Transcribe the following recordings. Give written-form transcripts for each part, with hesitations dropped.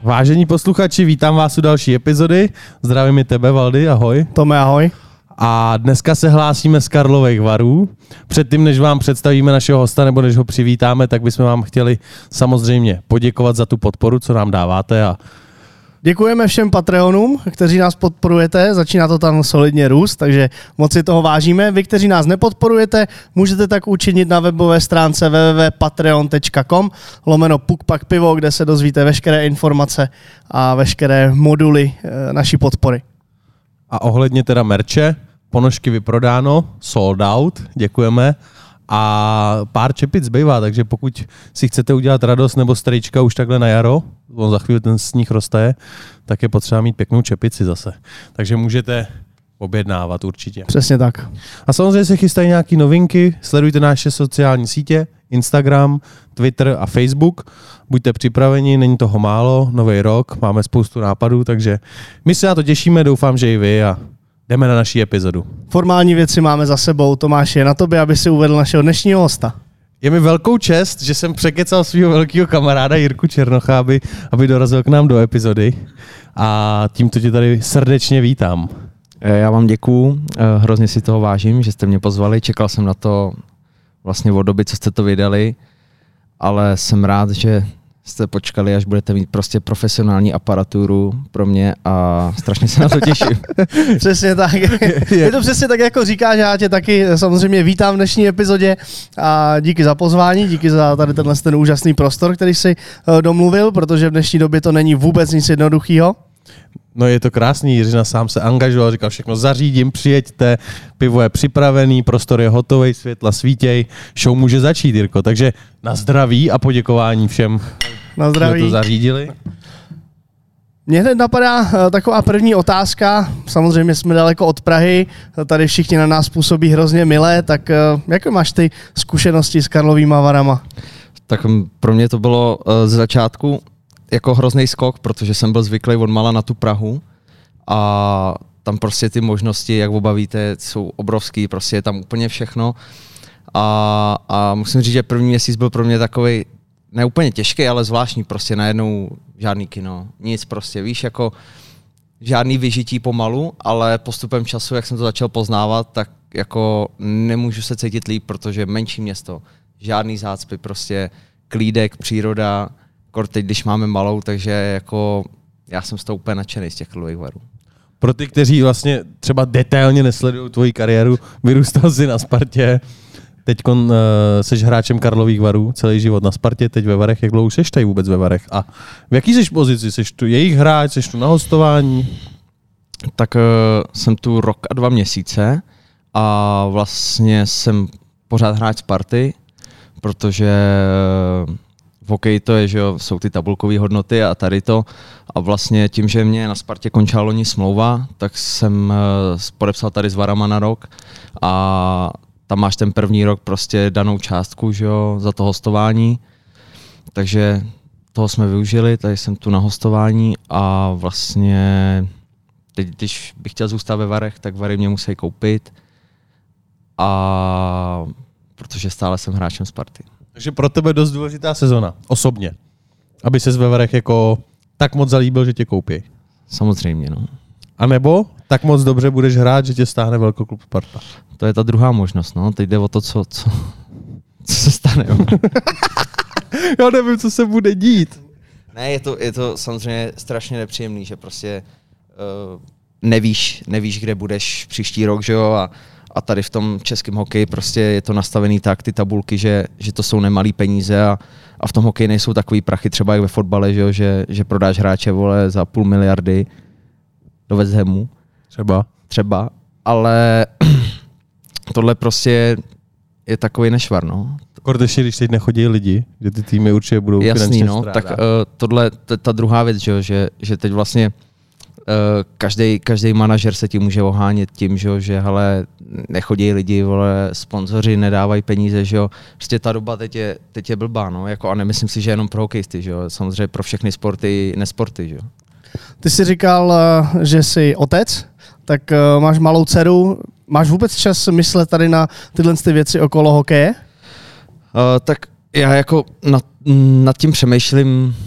Vážení posluchači, vítám vás u další epizody. Zdravím i tebe, Valdy, ahoj. Tome, ahoj. A dneska se hlásíme z Karlových Varů. Předtím, než vám představíme našeho hosta, nebo než ho přivítáme, tak bychom vám chtěli samozřejmě poděkovat za tu podporu, co nám dáváte. A děkujeme všem Patreonům, kteří nás podporujete, začíná to tam solidně růst, takže moc si toho vážíme. Vy, kteří nás nepodporujete, můžete tak učinit na webové stránce www.patreon.com/pukpakpivo, kde se dozvíte veškeré informace a veškeré moduly naší podpory. A ohledně teda merče, ponožky vyprodáno, sold out, děkujeme. A pár čepic zbývá, takže pokud si chcete udělat radost nebo strejčka už takhle na jaro, on za chvíli ten sníh roste, tak je potřeba mít pěknou čepici zase. Takže můžete objednávat určitě. Přesně tak. A samozřejmě se chystají nějaké novinky, sledujte naše sociální sítě, Instagram, Twitter a Facebook. Buďte připraveni, není toho málo, nový rok, máme spoustu nápadů, takže my se na to těšíme, doufám, že i vy a jdeme na naší epizodu. Formální věci máme za sebou. Tomáš, je na tobě, aby si uvedl našeho dnešního hosta. Je mi velkou čest, že jsem překecal svého velkého kamaráda Jirku Černocha, aby dorazil k nám do epizody. A tímto tě tady srdečně vítám. Já vám děkuju, hrozně si toho vážím, že jste mě pozvali. Čekal jsem na to vlastně od doby, co jste to vydali, ale jsem rád, že jste počkali, až budete mít prostě profesionální aparaturu pro mě a strašně se na to těším. Přesně tak. Je to přesně tak, jako říkáš, já tě taky samozřejmě vítám v dnešní epizodě a díky za pozvání, díky za tady ten úžasný prostor, který jsi domluvil, protože v dnešní době to není vůbec nic jednoduchého. No je to krásný, Jiřina sám se angažoval, říkal všechno zařídím, přijeďte, pivo je připravený, prostor je hotový, světla svítěj, show může začít, Jirko, takže na zdraví a poděkování všem, na zdraví, kdo to zařídili. Mně hned napadá taková první otázka, samozřejmě jsme daleko od Prahy, tady všichni na nás působí hrozně milé, tak jaké máš ty zkušenosti s Karlovýma Varama? Tak pro mě to bylo ze začátku jako hrozný skok, protože jsem byl zvyklý odmala na tu Prahu a tam prostě ty možnosti, jak obavíte, jsou obrovský, prostě je tam úplně všechno a musím říct, že první měsíc byl pro mě takovej ne úplně těžký, ale zvláštní, prostě najednou žádný kino, nic prostě, víš, jako žádný vyžití pomalu, ale postupem času, jak jsem to začal poznávat, tak jako nemůžu se cítit líp, protože menší město, žádný zácpy, prostě klídek, příroda, teď, když máme malou, takže jako já jsem z toho úplně nadšený z těch Karlových Varů. Pro ty, kteří vlastně třeba detailně nesledují tvoji kariéru, vyrůstal jsi na Spartě, teď seš hráčem Karlových Varů, celý život na Spartě, teď ve Varech, jak dlouho seš tady vůbec ve Varech? A v jaký seš pozici? Seš tu jejich hráč, seš tu na hostování? Tak jsem tu rok a 2 měsíce a vlastně jsem pořád hráč Sparty, protože v hokeji to je, že jo, jsou ty tabulkové hodnoty a tady to. A vlastně tím, že mě na Spartě končila loni smlouva, tak jsem podepsal tady s Varama na rok a tam máš ten první rok prostě danou částku, že jo, za to hostování. Takže toho jsme využili, tady jsem tu na hostování a vlastně teď, když bych chtěl zůstat ve Varech, tak Vary mě musí koupit a protože stále jsem hráčem Sparty. Takže pro tebe dost důležitá sezona, osobně. Aby ses ve Varech jako tak moc zalíbil, že tě koupí. Samozřejmě, no. A nebo tak moc dobře budeš hrát, že tě stáhne velkoklub Sparta. To je ta druhá možnost, no. Teď jde o to, co se stane. Já nevím, co se bude dít. Ne, je to samozřejmě strašně nepříjemný, že prostě nevíš, kde budeš příští rok, že jo, a tady v tom českém hokeji prostě je to nastavený tak, ty tabulky, že to jsou nemalý peníze a v tom hokeji nejsou takový prachy, třeba jak ve fotbale, že jo, že prodáš hráče, vole, za 500 miliardy do West Hamu. Třeba, ale tohle prostě je takový nešvar, no. Kordeši, když teď nechodí lidi, že ty týmy určitě budou finančně strádat. Tak tohle, ta druhá věc, že teď vlastně každý manažer se tím může ohánět tím, že hele, nechodí lidi, vole, sponzoři nedávají peníze, že jo. Prostě ta doba teď je blbá, no, jako, a nemyslím si, že jenom pro hokejisty, že jo, samozřejmě pro všechny sporty, nesporty, že jo. Ty jsi říkal, že jsi otec, tak máš malou dceru, máš vůbec čas myslet tady na tyhle věci okolo hokeje? Tak já jako nad tím přemýšlím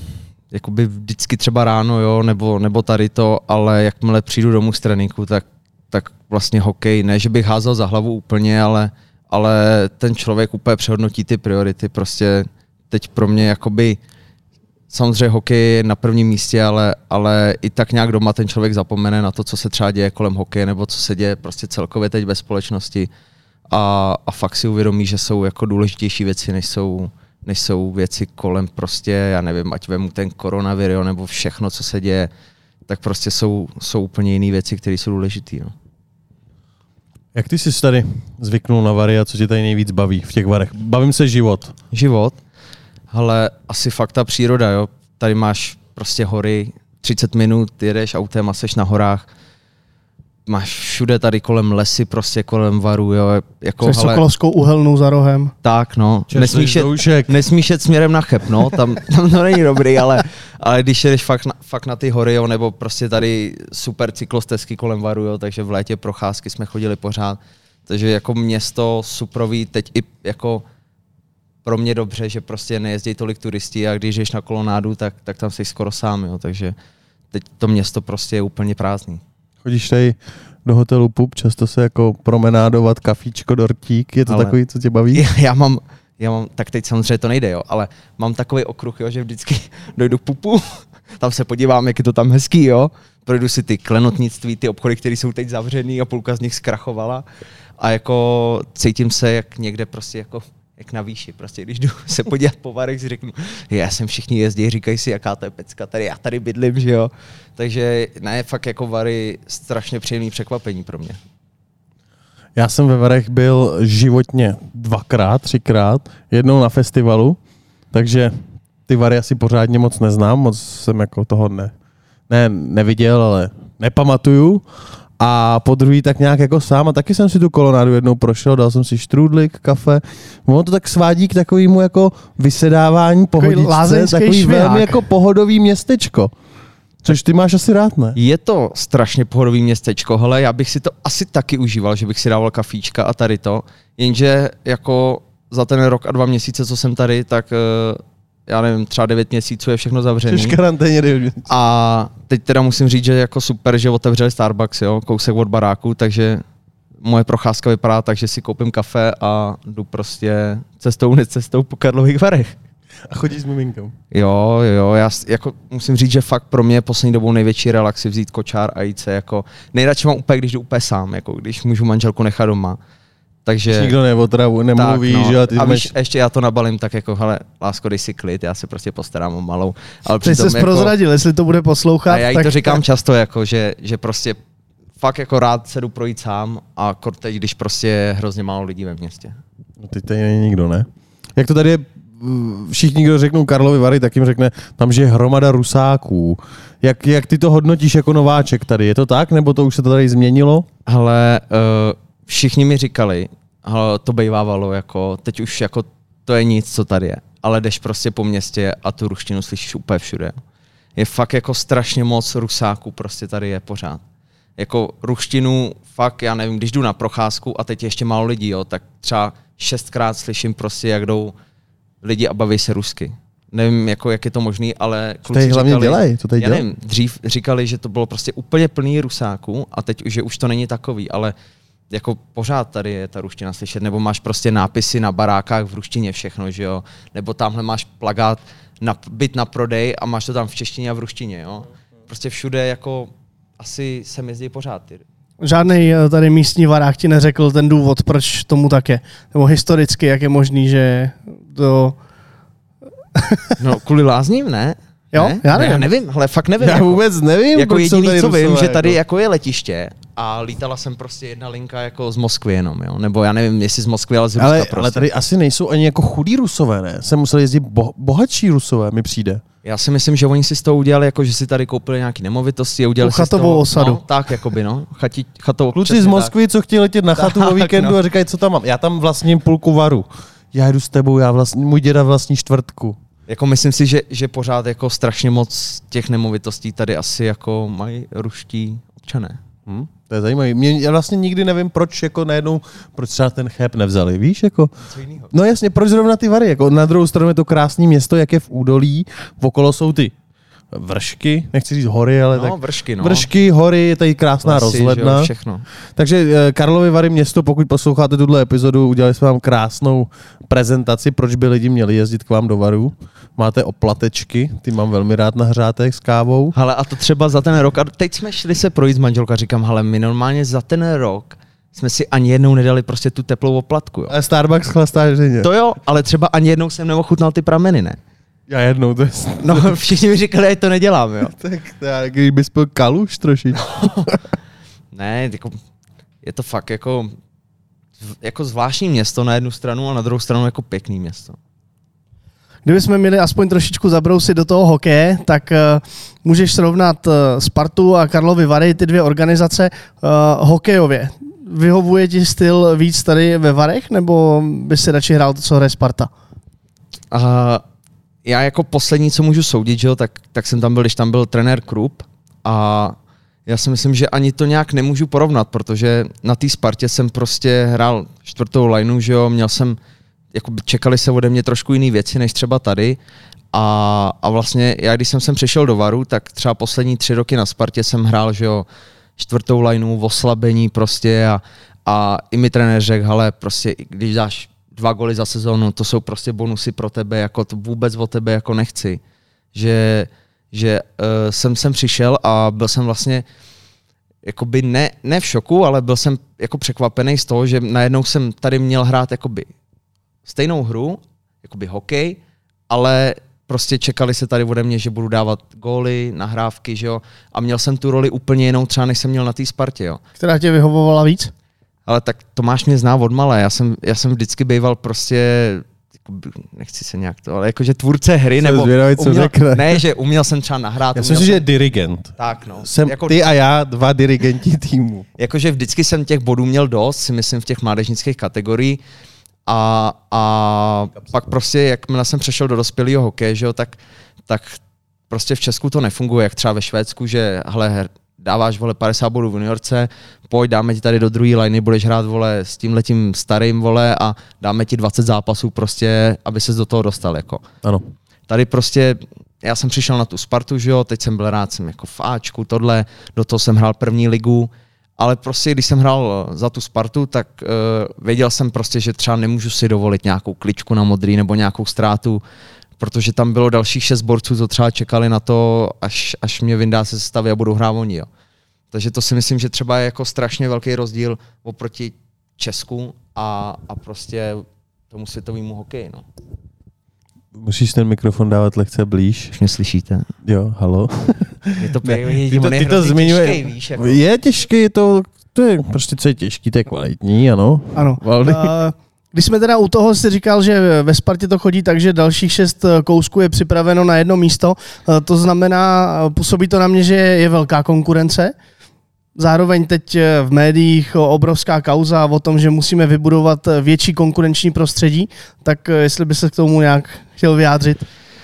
jakoby vždycky třeba ráno, jo, nebo tady to, ale jakmile přijdu domů z tréninku, tak vlastně hokej, ne, že bych házel za hlavu úplně, ale ten člověk úplně přehodnotí ty priority, prostě teď pro mě jakoby samozřejmě hokej je na prvním místě, ale i tak nějak doma ten člověk zapomene na to, co se třeba děje kolem hokeje, nebo co se děje prostě celkově teď ve společnosti a fakt si uvědomí, že jsou jako důležitější věci, než jsou věci kolem prostě, já nevím, ať vemu ten koronavir, jo, nebo všechno, co se děje, tak prostě jsou úplně jiné věci, které jsou důležité. No. Jak ty jsi tady zvyknul na vary a co tě tady nejvíc baví v těch varech? Bavím se život. Život? Ale asi fakt ta příroda, jo. Tady máš prostě hory, 30 minut jedeš autem a seš na horách. Máš všude tady kolem lesy, prostě kolem varu, jo. Jako, Sokolovskou uhelnou za rohem. Tak, no. Nesmíš jet směrem na Cheb, no. Tam to není dobrý, ale když jedeš fakt na ty hory, jo, nebo prostě tady super cyklostezky kolem varu, jo, takže v létě procházky jsme chodili pořád. Takže jako město suprový, teď i jako pro mě dobře, že prostě nejezdí tolik turistí a když jdeš na kolonádu, tak tam jsi skoro sám, jo. Takže teď to město prostě je úplně prázdný. Chodíš tady do hotelu Pup, často se jako promenádovat, kafíčko, dortík, je to takový, co tě baví? Já mám, tak teď samozřejmě to nejde, jo, ale mám takový okruh, jo, že vždycky dojdu k Pupu, tam se podívám, jak je to tam hezký, jo, projdu si ty klenotnictví, ty obchody, které jsou teď zavřený a půlka z nich zkrachovala a jako cítím se jak někde prostě jako jak na výši, prostě když jdu se podívat po varech, si řeknu, já jsem všichni jezdí, říkají si, jaká to je pecka, tady já tady bydlím, že jo. Takže ne, fakt jako Vary strašně příjemný překvapení pro mě. Já jsem ve Varech byl životně 2krát, 3krát, jednou na festivalu, takže ty Vary asi pořádně moc neznám, moc jsem jako toho neviděl, ale nepamatuju. A po druhý tak nějak jako sám a taky jsem si tu kolonádu jednou prošel, dal jsem si štrůdlik, kafe. Ono to tak svádí k takovému jako vysedávání, pohodičce, takový velmi jako pohodový městečko. Což ty máš asi rád, ne? Je to strašně pohodový městečko, hele, já bych si to asi taky užíval, že bych si dával kafíčka a tady to, jenže jako za ten rok a 2 měsíce, co jsem tady, tak já nevím, třeba 9 měsíců je všechno zavřený. Jsi v karanténě 9 měsíců. A teď teda musím říct, že jako super, že otevřeli Starbucks, jo, kousek od baráku, takže moje procházka vypadá tak, že si koupím kafe a jdu prostě cestou po Karlových Varech. A chodíš s miminkou? Jo, já jako musím říct, že fakt pro mě poslední dobou největší relax je vzít kočár a jít se jako, nejradši mám úplně, když jdu úplně sám, jako když můžu manželku nechat doma. Takže nikdo nemluví, tak, no. Že? A víš, ještě já to nabalím tak jako, hele, lásko, dej si klid, já se prostě postarám o malou. Ale ty jsi jako, prozradil, jestli to bude poslouchat. A já jí to říkám často, jako, že prostě fakt jako rád se jdu projít sám a teď, když prostě je hrozně málo lidí ve městě. No teď tady není nikdo, ne? Jak to tady je, všichni, kdo řeknou Karlovy Vary, tak jim řekne, tam žije hromada Rusáků. Jak ty to hodnotíš jako nováček tady? Je to tak, nebo to už se to tady změnilo? Hele, všichni mi říkali, to bejvávalo, jako, teď už jako to je nic, co tady je. Ale jdeš prostě po městě a tu ruštinu slyšíš úplně všude. Je fakt jako strašně moc Rusáků prostě tady je pořád. Jako ruštinu fakt, já nevím, když jdu na procházku a teď ještě málo lidí, jo, tak třeba 6krát slyším prostě, jak jdou lidi a baví se rusky. Nevím, jako, jak je to možný, ale kluci říkali, já nevím, dřív říkali, že to bylo prostě úplně plný Rusáků a teď už to není takový, ale jako pořád tady je ta ruština slyšet, nebo máš prostě nápisy na barákách v ruštině všechno, že jo, nebo tamhle máš plakát byt na prodej a máš to tam v češtině a v ruštině, jo. Prostě všude jako asi se jezdí pořád. Žádnej tady místní varák ti neřekl ten důvod, proč tomu tak je, nebo historicky, jak je možný, že to... No kvůli lázním, ne? Jo, ne? Já nevím. Já nevím, ale fakt nevím. Já vůbec nevím. Jako jediný, co vím, že tady jako je letiště a lítala jsem prostě jedna linka jako z Moskvy jenom, jo? Nebo já nevím, jestli z Moskvy, ale z Ruska prostě. Ale tady asi nejsou ani jako chudí Rusové, ne? Jsem musel jezdit bohatší Rusové, mi přijde. Já si myslím, že oni si z toho udělali, jako že si tady koupili nějaké nemovitosti a udělali si z toho osadu. No, tak jakoby, no. Kluci z Moskvy, co chtějí letět na chatu o víkendu a říkají, co tam mám. Já tam vlastním půlku Varu. Já jdu s tebou, můj děda vlastní čtvrtku. Jako myslím si, že pořád jako strašně moc těch nemovitostí tady asi jako mají ruští občané. To je zajímavé. Já vlastně nikdy nevím, proč jako najednou, proč třeba ten Cheb nevzali, víš? Jako, no jasně, proč zrovna ty Vary? Jako, na druhou stranu je to krásné město, jak je v údolí, okolo jsou ty vršky, nechci říct hory, ale tak vršky, vršky, hory, je tady krásná lesy, rozhledna. Všechno. Takže Karlovy Vary město, pokud posloucháte tuhle epizodu, udělali jsme vám krásnou prezentaci, proč by lidi měli jezdit k vám do Varů. Máte oplatečky, ty mám velmi rád na hřátech s kávou. Hele, a to třeba za ten rok, a teď jsme šli se projít s manželkou a říkám, hele, my normálně za ten rok jsme si ani jednou nedali prostě tu teplou oplatku, jo. Ale Starbucks chlastáš denně. To jo, ale třeba ani jednou jsem neochutnal ty prameny, ne? Já jednou, to je... No, všichni mi říkali, že to nedělám, jo. Tak když bys byl kaluš trošičku. Ne, jako, je to fakt jako zvláštní město na jednu stranu a na druhou stranu jako pěkný město. Kdybychom měli aspoň trošičku zabrousit do toho hokeje, tak můžeš srovnat Spartu a Karlovy Vary, ty dvě organizace, hokejově. Vyhovuje ti styl víc tady ve Varech, nebo bys si radši hrál to, co hraje Sparta? Já jako poslední, co můžu soudit, že jo, tak jsem tam byl, když tam byl trenér Krupp a já si myslím, že ani to nějak nemůžu porovnat, protože na té Spartě jsem prostě hrál 4. lineu, že jo, měl jsem, jako čekali se ode mě trošku jiný věci, než třeba tady a vlastně já, když jsem sem přišel do Varu, tak třeba poslední 3 roky na Spartě jsem hrál, že jo, 4. lineu, v oslabení prostě a i mi trenér řekl, hele, prostě když dáš 2 góly za sezónu, to jsou prostě bonusy pro tebe, jako to vůbec o tebe jako nechci. Že jsem přišel a byl jsem vlastně jakoby ne v šoku, ale byl jsem jako překvapený z toho, že najednou jsem tady měl hrát jakoby stejnou hru, jakoby hokej, ale prostě čekali se tady ode mě, že budu dávat góly, nahrávky, že jo, a měl jsem tu roli úplně jinou třeba, než jsem měl na té Spartě, jo. Která tě vyhovovala víc? Ale tak Tomáš mě zná od malé, já jsem vždycky býval prostě, nechci se nějak to, ale jakože tvůrce hry, nebo že uměl jsem třeba nahrát. Já myslím, že je dirigent. Tak no. Jsem jako, ty a já 2 dirigenti týmu. Jakože vždycky jsem těch bodů měl dost, si myslím v těch mládežnických kategoriích a pak prostě, jakmile jsem přešel do dospělého hokeje, že jo, tak prostě v Česku to nefunguje, jak třeba ve Švédsku, že hele, dáváš, vole, 50 bodů v juniorce, pojď, dáme ti tady do druhé liney, budeš hrát, vole, s tímhletím starým, vole, a dáme ti 20 zápasů prostě, aby ses do toho dostal, jako. Ano. Tady prostě, já jsem přišel na tu Spartu, že jo, teď jsem byl rád, jsem jako v Ačku, tohle, do toho jsem hrál 1. ligu, ale prostě, když jsem hrál za tu Spartu, tak věděl jsem prostě, že třeba nemůžu si dovolit nějakou kličku na modrý nebo nějakou ztrátu, protože tam bylo dalších 6 borců, co třeba čekali na to, až mě vyndá se sestavy a budou hrát oni. Jo. Takže to si myslím, že třeba je jako strašně velký rozdíl oproti Česku a prostě tomu světovému hokeji. No. Musíš ten mikrofon dávat lehce blíž. Už mě slyšíte? Jo, halo. Je to ty to zmiňuje. Těžký, víš, jako. Je těžký, to je prostě, co je těžký, to je kvalitní, ano. Ano. Když jsme teda u toho, jsi říkal, že ve Spartě to chodí tak, že dalších 6 kousků je připraveno na jedno místo. To znamená, působí to na mě, že je velká konkurence. Zároveň teď v médiích obrovská kauza o tom, že musíme vybudovat větší konkurenční prostředí. Tak jestli by se k tomu nějak chtěl vyjádřit.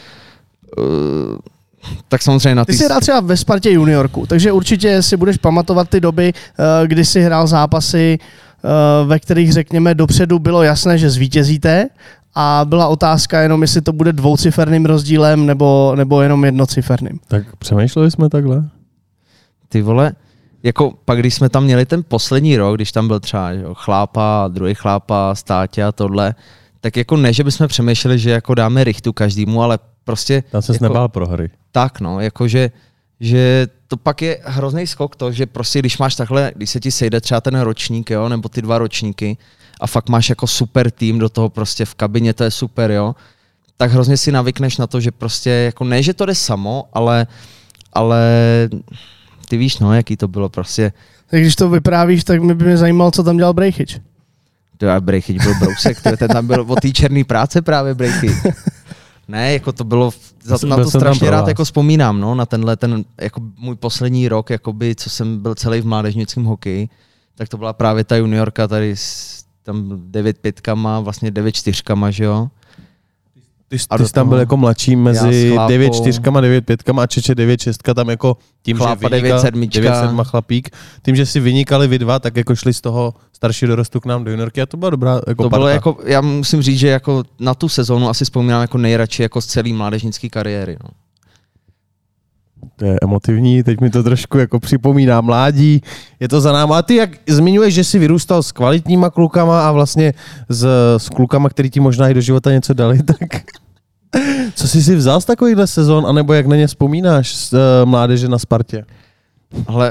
Tak samozřejmě Ty jsi hrál třeba ve Spartě juniorku, takže určitě si budeš pamatovat ty doby, kdy jsi hrál zápasy, ve kterých, řekněme, dopředu bylo jasné, že zvítězíte a byla otázka jenom, jestli to bude 2ciferným rozdílem nebo jenom 1ciferným. Tak přemýšleli jsme takhle? Ty vole, jako pak když jsme tam měli ten poslední rok, když tam byl třeba Chlápa, druhý Chlápa, Státě a tohle, tak jako ne, že bychom přemýšleli, že jako dáme rychtu každému, ale prostě... Tam ses jako, nebál pro hry. Tak no, jakože že to pak je hrozný skok to, že prostě když máš takhle, když se ti sejde třeba ten ročník, jo, nebo ty 2 ročníky a fakt máš jako super tým do toho prostě v kabině, to je super, jo, tak hrozně si navykneš na to, že prostě jako ne, že to jde samo, ale ty víš, no, jaký to bylo prostě. Tak když to vyprávíš, tak by mě zajímalo, co tam dělal Brejchyč. To je Brejchyč byl brousek, ten tam byl od té černé práce právě Brejchyč. Ne, jako to bylo, na to strašně rád jako vzpomínám, no, na tenhle ten jako můj poslední rok, jakoby, co jsem byl celý v mládežnickém hokeji, tak to byla právě ta juniorka tady s tam 9-5, vlastně 9-4, že jo. Ty jsi tam byl jako mladší mezi 9-4, 9-5 a Čeče 9-6, tam jako tím, Chlápa, že vynikal 9-7 chlapík, tím, že si vynikali vy 2, tak jako šli z toho starší dorostu k nám do juniorky a to byla dobrá jako to parta. Bylo jako, já musím říct, že jako na tu sezónu asi vzpomínám jako nejradši jako z celý mládežnický kariéry. No. To je emotivní, teď mi to trošku jako připomíná mládí. Je to za náma. A ty jak zmiňuješ, že jsi vyrůstal s kvalitníma klukama a vlastně s klukama, který ti možná i do života něco dali, tak co jsi si vzal z takovýchhle sezon, anebo jak na ně vzpomínáš z mládeže na Spartě? Ale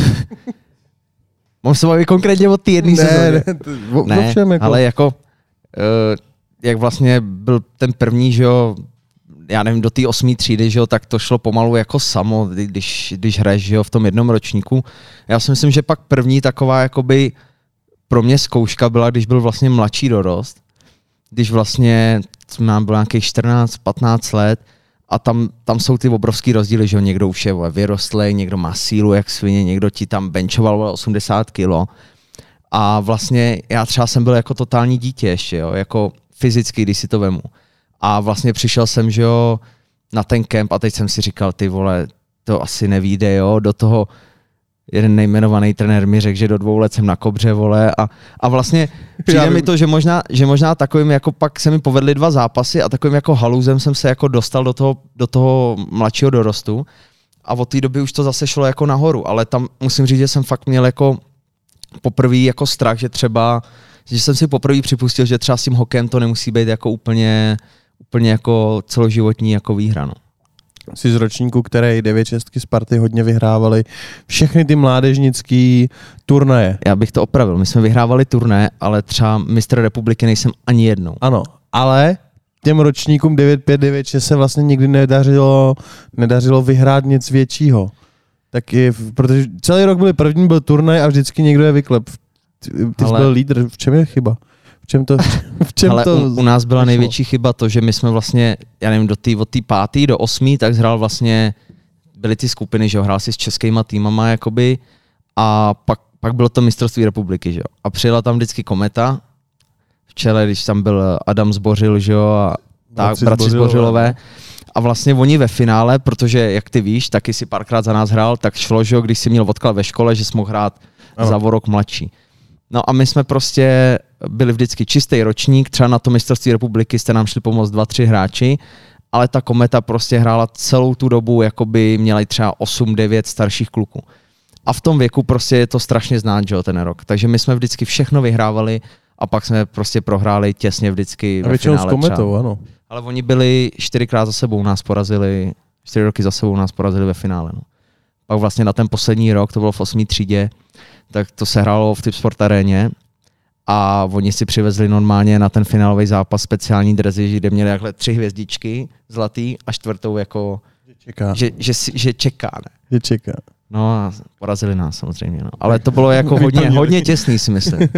mám se bavit konkrétně o té jedné sezóně. Ne, jako... ale jako jak vlastně byl ten první, že jo, já nevím, do té 8. třídy, že jo, tak to šlo pomalu jako samo, když hraješ, že jo, v tom jednom ročníku. Já si myslím, že pak první taková jakoby pro mě zkouška byla, když byl vlastně mladší dorost, když vlastně mám byl nějakých 14-15 let a tam jsou ty obrovský rozdíly, že jo, někdo už je vyrostlý, někdo má sílu jak svině, někdo ti tam benchoval 80 kilo a vlastně já třeba jsem byl jako totální dítě ještě, jo, jako fyzicky, když si to vemu. A vlastně přišel jsem, že jo, na ten kemp a teď jsem si říkal, ty vole, to asi nevíde, jo, do toho jeden nejmenovaný trenér mi řekl, že do 2 let jsem na kobře, vole, a vlastně přijde mi to, že možná takovým, jako pak se mi povedly 2 zápasy a takovým jako haluzem jsem se jako dostal do toho mladšího dorostu a od té doby už to zase šlo jako nahoru, ale tam musím říct, že jsem fakt měl jako poprvé jako strach, že jsem si poprvé připustil, že třeba s tím hokejem to nemusí být jako úplně jako celoživotní jako výhra, no. Jsi z ročníku, který 9-6 Sparty hodně vyhrávali všechny ty mládežnický turnaje. Já bych to opravil, my jsme vyhrávali turnaje, ale třeba mistr republiky nejsem ani jednou. Ano, ale těm ročníkům 9-5, 9-6 se vlastně nikdy nedařilo vyhrát nic většího. Protože celý rok první byl turnaj a vždycky někdo je vyklep. Ty jsi byl lídr, v čem je chyba? V čem ale to u nás byla největší chyba to, že my jsme vlastně, já nevím, od té 5. do 8. tak hrál vlastně, byly ty skupiny, že jo, hrál si s českýma týmama, jakoby, a pak bylo to mistrovství republiky, že jo. A přijela tam vždycky Kometa, v čele, když tam byl Adam Zbořil, že jo, a tak, bratři Zbořilové. A vlastně oni ve finále, protože, jak ty víš, taky si párkrát za nás hrál, tak šlo, že jo, když si měl odklad ve škole, že jsi mohl hrát za o rok mladší. No a my jsme prostě byli vždycky čistý ročník, třeba na to mistrovství republiky jste nám šli pomoct 2-3 hráči, ale ta Kometa prostě hrála celou tu dobu, jakoby měla třeba 8-9 starších kluků. A v tom věku prostě je to strašně znát, že jo, ten rok. Takže my jsme vždycky všechno vyhrávali a pak jsme prostě prohráli těsně vždycky ve finále. A s Kometou, ano. Ale oni byli 4krát za sebou nás porazili, 4 roky za sebou nás porazili ve finále. No. Pak vlastně na ten poslední rok, to bylo v 8. třídě, tak to se hrálo v Tipsport aréně a oni si přivezli normálně na ten finálový zápas speciální dresy, kde měli takhle 3 hvězdičky zlatý a 4. jako, že čeká. Ne? Že čeká. No a porazili nás samozřejmě. No. Ale to bylo jako hodně těsný, si myslím.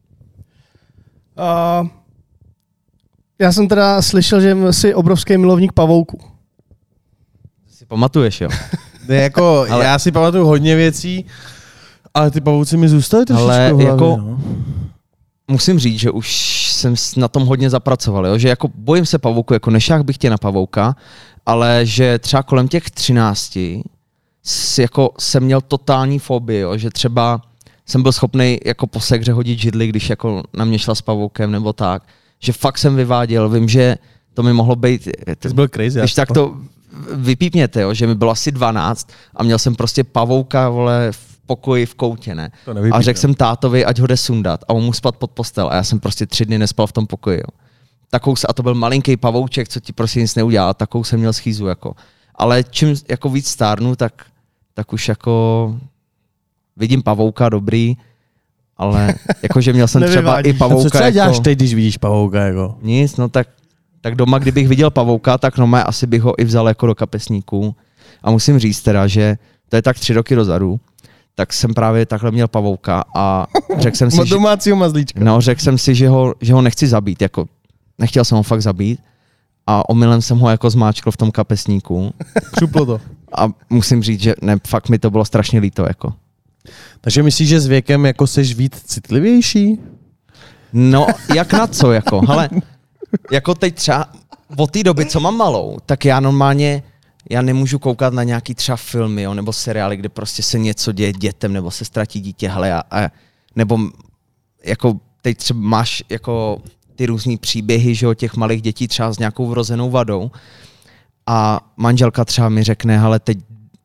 Já jsem teda slyšel, že jsi obrovský milovník pavouku. Si pamatuješ, jo? Jako, ale... Já si pamatuju hodně věcí, ale ty pavouci mi zůstaly trošičku v hlavě, jako, no. Musím říct, že už jsem na tom hodně zapracoval, jo? Že jako bojím se pavouku, jako nešách bych tě na pavouka, ale že třeba kolem těch 13 jako jsem měl totální fobii, jo? Že třeba jsem byl schopný jako po sekře hodit židli, když jako na mě šla s pavoukem nebo tak, že fakt jsem vyváděl, vím, že to mi mohlo být, ty jsi byl crazy, když tak to vypípněte, jo? Že mi bylo asi 12 a měl jsem prostě pavouka, vole, v pokoji v koutě, ne? A řekl jsem tátovi, ať ho jde sundat a on mu spad pod postel a já jsem prostě 3 dny nespal v tom pokoji, jo. A to byl malinký pavouček, co ti prostě nic neudělá, takovou jsem měl schýzu, jako. Ale čím jako víc stárnu, tak už jako vidím pavouka dobrý, ale jakože měl jsem třeba i pavouka. Co třeba děláš teď, když vidíš pavouka, jako? Nic, no tak doma, kdybych viděl pavouka, tak no asi bych ho i vzal jako do kapesníku. A musím říct teda, že to je tak 3 roky dozadu, tak jsem právě takhle měl pavouka a řekl jsem si, domácího mazlíčka. No, řekl jsem si, že ho nechci zabít, jako nechtěl jsem ho fakt zabít a omylem jsem ho jako zmáčkl v tom kapesníku. Přuplo to. A musím říct, že ne, fakt mi to bylo strašně líto, jako. Takže myslíš, že s věkem jako seš víc citlivější? No, jak na co, jako, hele, jako teď třeba od té doby, co mám malou, tak já normálně, já nemůžu koukat na nějaký třeba filmy, jo, nebo seriály, kde prostě se něco děje dětem, nebo se ztratí dítě, hele, nebo jako teď třeba máš jako ty různý příběhy, že jo, těch malých dětí třeba s nějakou vrozenou vadou a manželka třeba mi řekne, hele, teď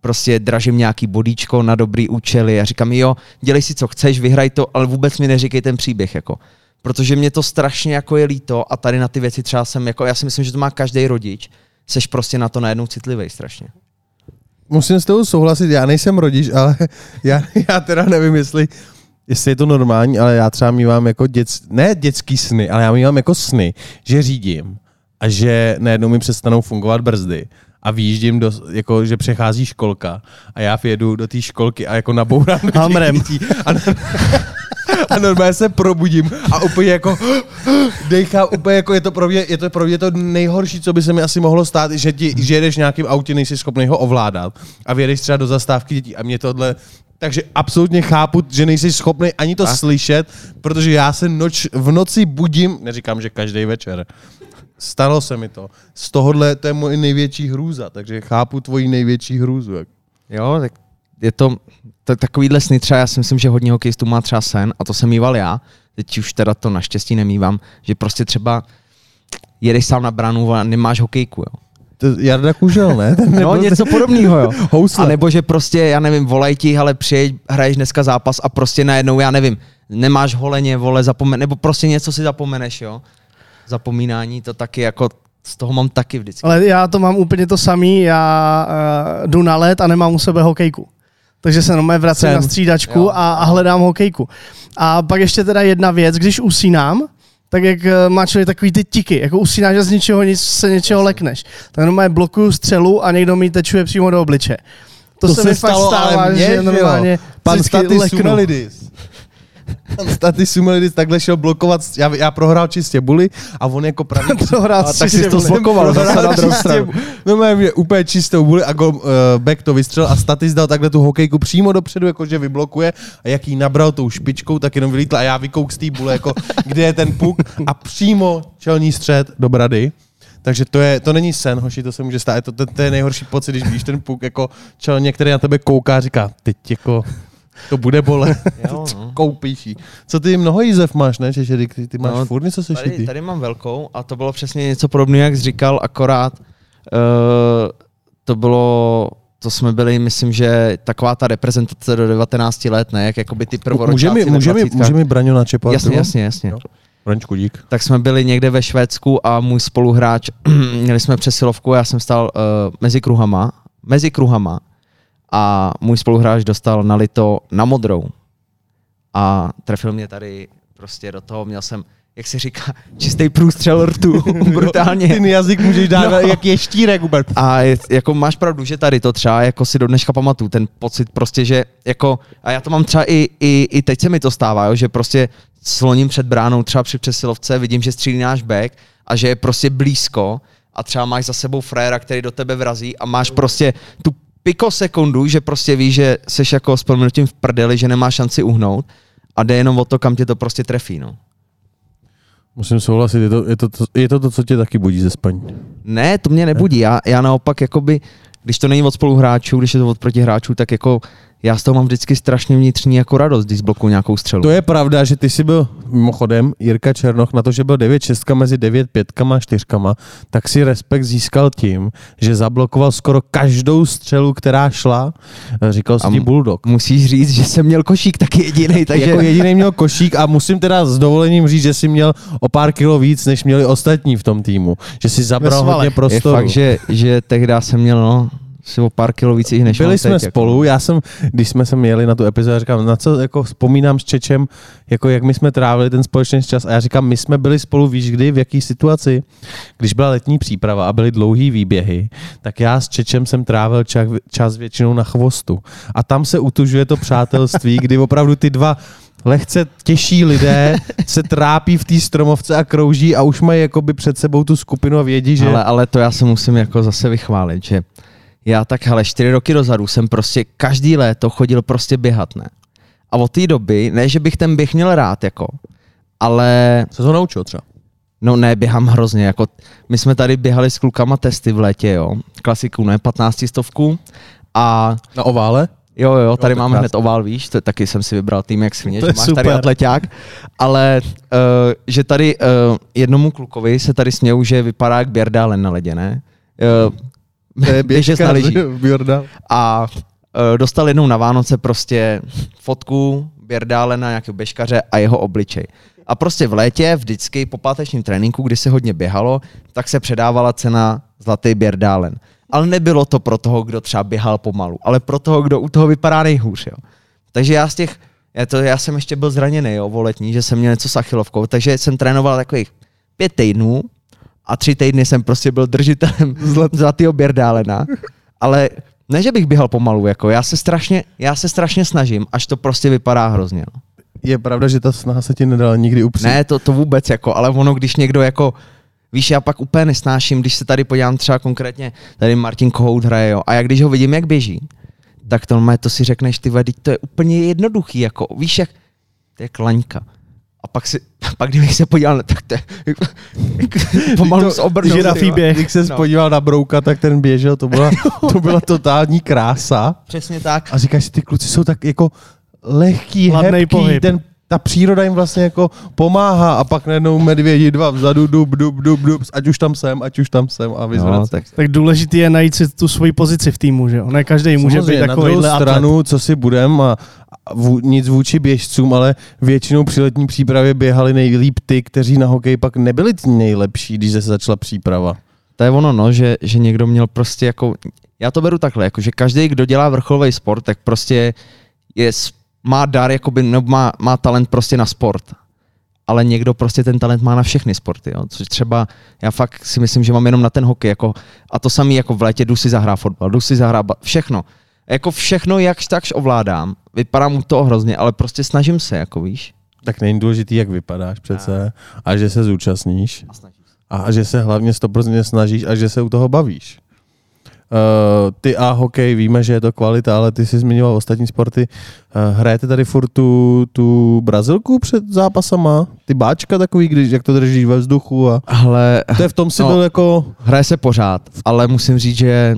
prostě dražím nějaký bodíčko na dobrý účely a říkám, jo, dělej si co chceš, vyhraj to, ale vůbec mi neříkej ten příběh, jako. Protože mě to strašně jako je líto a tady na ty věci třeba jsem, jako já si myslím, že to má každý rodič, seš prostě na to najednou citlivý strašně. Musím s tebou souhlasit, já nejsem rodič, ale já teda nevím, jestli je to normální, ale já třeba mívám jako ne dětský sny, ale já mívám jako sny, že řídím a že najednou mi přestanou fungovat brzdy a vyjíždím, jako, že přechází školka a já vjedu do té školky a jako nabourám do těch dětí a normálně se probudím a úplně jako dejchám, úplně jako je to pro mě to nejhorší, co by se mi asi mohlo stát, že jedeš nějakým autě, nejsi schopný ho ovládat a vyjedeš třeba do zastávky dětí a mě tohle. Takže absolutně chápu, že nejsi schopný ani to slyšet, protože já se v noci budím, neříkám, že každý večer. Stalo se mi to. Z tohohle to je moje největší hrůza, takže chápu tvoji největší hrůzu. Jo, tak je to takovýhle sny třeba, já si myslím, že hodně hokejistů má třeba sen a to jsem mýval já, teď už teda to naštěstí nemývám, že prostě třeba jedeš sám na bránu a nemáš hokejku, jo. Jarda Kužel, ne? No něco podobného, jo. Housle. A nebo že prostě, já nevím, volají ti, hele, přijeď, hraješ dneska zápas a prostě najednou, já nevím, nemáš holeně, nebo prostě něco si zapomeneš, jo. Zapomínání, to taky jako, z toho mám taky vždycky. Ale já to mám úplně to samý, já jdu na led a nemám u sebe hokejku. Takže se normálně vracím na střídačku a hledám hokejku. A pak ještě teda jedna věc, když usínám, tak jak má člověk takový ty tiky, jako usínáš a z ničeho nic se něčeho lekneš. Tak normálně blokuju střelu a někdo mi tečuje přímo do obliče. To se mi fakt stává, že normálně pan Statis Sumelidis. Pan Statis Sumelidis takhle šel blokovat, já prohrál čistě buly a on jako pravý... prohrál tak si to zblokoval zase na druhou stranu. No mě úplně čistou buly a back to vystřel a Statis dal takhle tu hokejku přímo dopředu, jakože vyblokuje a jak jí nabral tou špičkou, tak jenom vylítla a já vykouk z té bule, jako kde je ten puk a přímo čelní střed do brady. Takže to není sen, hoši, to se může stát. To je nejhorší pocit, když víš ten puk jako čelně, který na tebe kouká a říká, teď jako... To bude bolet. Koupíš jí. Co ty mnoho jízev máš, ne? Že ty máš furt něco sešitý. Tady mám velkou a to bylo přesně něco podobného, jak jsi říkal, akorát to jsme byli, myslím, že taková ta reprezentace do 19 let, ne? Jak jakoby ty prvoročáci. Může mi Braňo načepat? Jasně. Braňčku, dík. Tak jsme byli někde ve Švédsku a můj spoluhráč, měli jsme přesilovku, já jsem stál mezi kruhama a můj spoluhráč dostal nalito na modrou a trefil mě tady prostě do toho, měl jsem, jak se říká, čistý průstřel rtu, brutálně. Ten jazyk můžeš dát jak je štírek úplně. A jako máš pravdu, že tady to třeba jako si do dneška pamatuju, ten pocit prostě, že jako, a já to mám třeba i teď se mi to stává, jo, že prostě sloním před bránou třeba při přesilovce, vidím, že střílí náš back a že je prostě blízko a třeba máš za sebou fréra, který do tebe vrazí a máš prostě tu pikosekundu, že prostě víš, že seš jako s prominutím v prdeli, že nemáš šanci uhnout a jde jenom o to, kam tě to prostě trefí, no. Musím souhlasit, je to, co tě taky budí ze spaní. Ne, to mě nebudí, já naopak jakoby, když to není od spoluhráčů, když je to od protihráčů, tak jako já z toho mám vždycky strašně vnitřní jako radost, když zblokuju nějakou střelu. To je pravda, že ty jsi byl mimochodem Jirka Černoch na to, že byl 9-6 mezi 9-5 a 4, tak si respekt získal tím, že zablokoval skoro každou střelu, která šla. Říkal si ti Bulldog. Musíš říct, že jsem měl košík taky jedinej, takže jako jedinej měl košík a musím teda s dovolením říct, že jsi měl o pár kilo víc, než měli ostatní v tom týmu. Že jsi zabral hodně prostoru. Je fakt, že tehdy jsem měl si o pár kilo víc než byli jsme teď, spolu, jako. Když jsme se jeli na tu epizodu, říkám, na co jako vzpomínám s Čečem, jako jak my jsme trávili ten společný čas a já říkám, my jsme byli spolu, víš kdy, v jaký situaci, když byla letní příprava a byly dlouhý výběhy, tak já s Čečem jsem trávil čas většinou na chvostu a tam se utužuje to přátelství, kdy opravdu ty dva lehce těžší lidé se trápí v té stromovce a krouží a už mají jakoby před sebou tu skupinu a vědí, že... Ale to já se musím jako zase vychválit, že já tak, 4 roky dozadu jsem prostě každý léto chodil prostě běhat, ne? A od té doby, ne, že bych ten běh měl rád, jako, ale... Co to naučil třeba? No ne, běhám hrozně, jako, my jsme tady běhali s klukama testy v létě, jo, klasiku, ne, 15 stovku a... Na ovále? Jo, tady máme hned ovál, víš, to taky jsem si vybral tým jak svině, že máš super. Tady atleťák, ale že tady jednomu klukovi se tady smějou, že vypadá jak Běrdalen na ledě, ne? běžec na lyžích. A dostal jednou na Vánoce prostě fotku Běrdálena, nějakého běžkaře a jeho obličej. A prostě v létě, vždycky po pátečním tréninku, kdy se hodně běhalo, tak se předávala cena Zlatý Běrdálen. Ale nebylo to pro toho, kdo třeba běhal pomalu, ale pro toho, kdo u toho vypadá nejhůř. Jo. Takže já jsem ještě byl zraněný, jo, voletní, že jsem měl něco s achilovkou, takže jsem trénoval takových 5 týdnů a 3 týdny jsem prostě byl držitelem Zlatého Běrdálena. Ale ne, že bych běhal pomalu, jako já se strašně snažím, až to prostě vypadá hrozně. No. Je pravda, že ta snaha se ti nedala nikdy upřít. Ne, to vůbec, jako, ale ono, když někdo jako, víš, já pak úplně nesnáším, když se tady podívám třeba konkrétně, tady Martin Kohout hraje, jo, a já když ho vidím, jak běží, tak to si řekneš, ty vady, to je úplně jednoduchý, jako, víš, jak, to je klaňka. A pak kdybych se podíval, tak to je pomalu s obrnou. Žirafí běh. Když se podíval na Brouka, tak ten běžel, to byla totální krása. Přesně tak. A říkáš si, ty kluci jsou tak jako lehký, hebký, ta příroda jim vlastně jako pomáhá a pak najednou medvědi 2 vzadu, dub, ať už tam jsem a vyzvrací. Tak důležitý je najít si tu svoji pozici v týmu, že jo? Ne každý může být takovýhle atlet. Na druhou stranu, co si budem a nic vůči běžcům, ale většinou při letní přípravě běhali nejlíp ty, kteří na hokej pak nebyli nejlepší, když se začala příprava. To je ono, no, že někdo měl prostě jako, já to beru takhle, jako, že každý, kdo dělá vrcholový sport, tak prostě má dar, jakoby, má talent prostě na sport. Ale někdo prostě ten talent má na všechny sporty. Jo? Což třeba, já fakt si myslím, že mám jenom na ten hokej. Jako, a to samý jako v létě jdu si zahrát fotbal, jdu si zahrát všechno. Jako všechno, jakž takž ovládám. Vypadá mu to hrozně, ale prostě snažím se, jako víš. Tak není důležitý, jak vypadáš přece. A že se zúčastníš. A že se hlavně 100% snažíš a že se u toho bavíš. Ty a hokej, víme, že je to kvalita, ale ty jsi zmiňoval ostatní sporty. Hrajete tady furt tu Brazilku před zápasama? Ty báčka takový, jak to držíš ve vzduchu? To je v tom si byl jako... Hraje se pořád, ale musím říct, že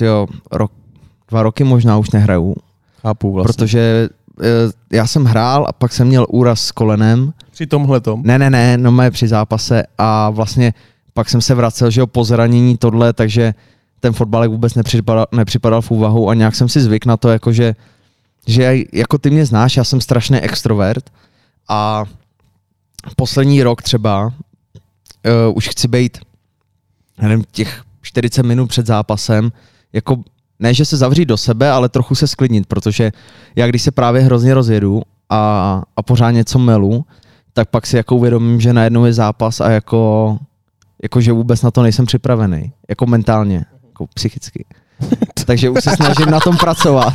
2 roky možná už nehraju. Chápu vlastně. Protože já jsem hrál a pak jsem měl úraz s kolenem. Při tomhletom? Ne, při zápase a vlastně pak jsem se vracel, že po zranění tohle, takže ten fotbalek vůbec nepřipadal v úvahu a nějak jsem si zvyk na to, jako že jako ty mě znáš, já jsem strašný extrovert a poslední rok třeba už chci být, nevím, těch 40 minut před zápasem, jako ne, že se zavřít do sebe, ale trochu se sklidnit, protože já když se právě hrozně rozjedu a pořád něco melu, tak pak si jako uvědomím, že najednou je zápas a jako že vůbec na to nejsem připravený, jako mentálně. Psychicky. Takže už se snažím na tom pracovat.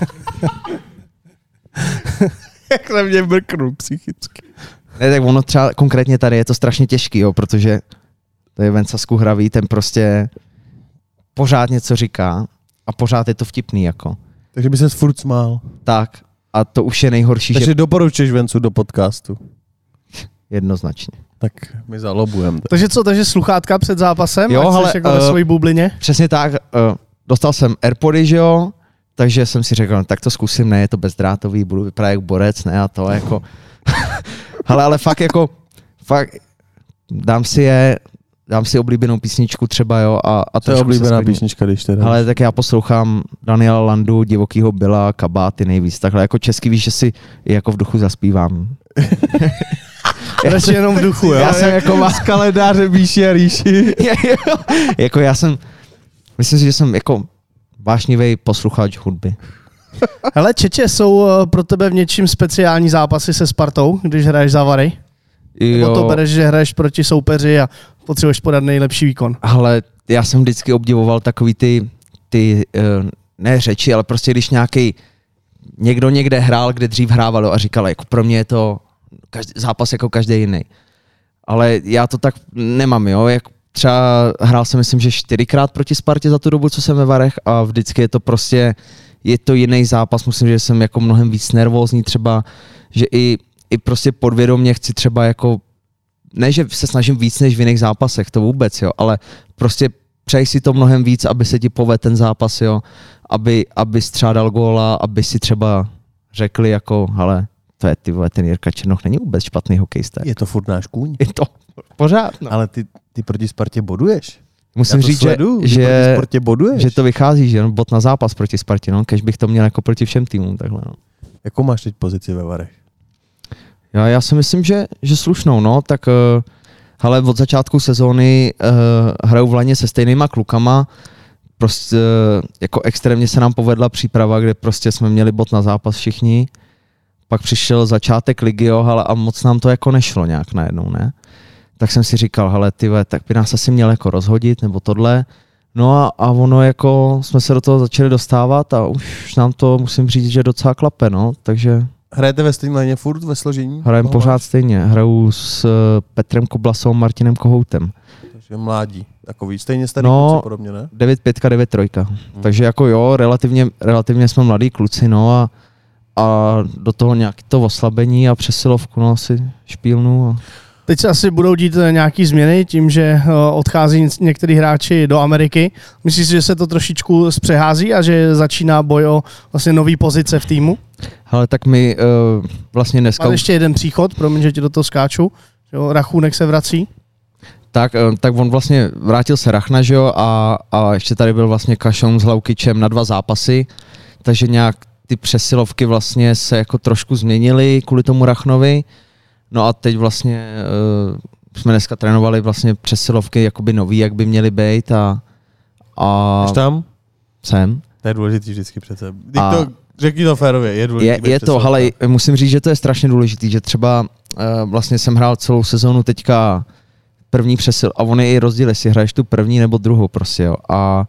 Jak se mě brknu psychicky. Ne, tak ono třeba konkrétně tady je to strašně těžký, jo, protože to je Venca Skuhravý, ten prostě pořád něco říká a pořád je to vtipný, jako. Takže by ses furt smál. Tak. A to už je nejhorší, Takže doporučuješ Vencu do podcastu. Jednoznačně. Tak my zalobujeme. Takže sluchátka před zápasem? Jo, ale jako ve svojí bublině? Přesně tak. Dostal jsem AirPody, že jo, takže jsem si řekl, tak to zkusím, ne, je to bezdrátový, budu vypadat jak borec, ne, a to jako... ale fakt jako, dám si oblíbenou písničku třeba, jo, a to je oblíbená písnička, když teda. Ale tak já poslouchám Daniela Landu, Divokýho Billa, Kabáty nejvíc, takhle jako česky víš, že si jako v duchu zaspívám. Radši jenom v duchu, jo? Já jsem jako z kalendáře Bíši a Ríši. Jako myslím si, že jsem jako vášnivý posluchač hudby. Hele, Čeče, jsou pro tebe v něčím speciální zápasy se Spartou, když hraješ za Vary? Nebo to bereš, že hraješ proti soupeři a potřebuješ podat nejlepší výkon? Ale já jsem vždycky obdivoval takový ty ne řeči, ale prostě když někdo někde hrál, kde dřív hrávalo a říkal, jako pro mě je to zápas jako každý jiný. Ale já to tak nemám, jo, jak třeba hrál jsem, myslím, že 4krát proti Spartě za tu dobu, co jsem ve Varech a vždycky je to prostě, je to jiný zápas, myslím, že jsem jako mnohem víc nervózní třeba, že i prostě podvědomě chci třeba jako, ne, že se snažím víc než v jiných zápasech, to vůbec, jo, ale prostě přeji si to mnohem víc, aby se ti povedl ten zápas, jo, aby střádal góla, aby si třeba řekli jako, hele, to je, ty vole, ten Jirka Černoch není vůbec špatný hokejista. Je to furt náš kůň. Je to pořád. No. Ale ty proti Spartě boduješ. Musím říct, že to vychází, že bod na zápas proti Spartě, no, kež bych to měl jako proti všem týmům, takhle, no. Jakou máš teď pozici ve Varech? Já si myslím, že slušnou, no, tak hele, od začátku sezóny hraju v Laně se stejnýma klukama, prostě jako extrémně se nám povedla příprava, kde prostě jsme měli bod na zápas všichni, pak přišel začátek ligy, jo, hele, a moc nám to jako nešlo nějak najednou, ne? Tak jsem si říkal, hele, tyve, tak by nás asi měl jako rozhodit, nebo tohle. No a ono jako, jsme se do toho začali dostávat a už nám to, musím říct, že docela klape, no, takže... Hrajete ve stejné léně furt ve složení? Hrajeme pořád stejně, hraju s Petrem Koblasou, Martinem Kohoutem. Takže mládí, takový, stejně starý kluci podobně, ne? 9-5, 9-3. Takže jako jo, relativně jsme mladí kluci, no a do toho nějaké to oslabení a přesilovku, no asi špílnu. A... Teď se asi budou dít nějaké změny tím, že odchází některý hráči do Ameriky. Myslíš si, že se to trošičku zpřehází a že začíná boj o vlastně nový pozice v týmu? Ale tak my vlastně dneska... Máme ještě jeden příchod, promiň, že ti do toho skáču. Jo, Rachůnek se vrací. Tak on vlastně vrátil se Rachna, že jo, a ještě tady byl vlastně Kašon s Laukičem na 2 zápasy, takže nějak ty přesilovky vlastně se jako trošku změnily kvůli tomu Rachnovi. No a teď vlastně jsme dneska trénovali vlastně přesilovky jakoby nový, jak by měly být a Jsi tam? Jsem. To je důležitý vždycky přece. Řekni to férově, je důležitý. Je to, ale musím říct, že to je strašně důležitý, že třeba vlastně jsem hrál celou sezónu teďka první přesil a on je i rozdíl, jestli hraješ tu první nebo druhou prostě, jo.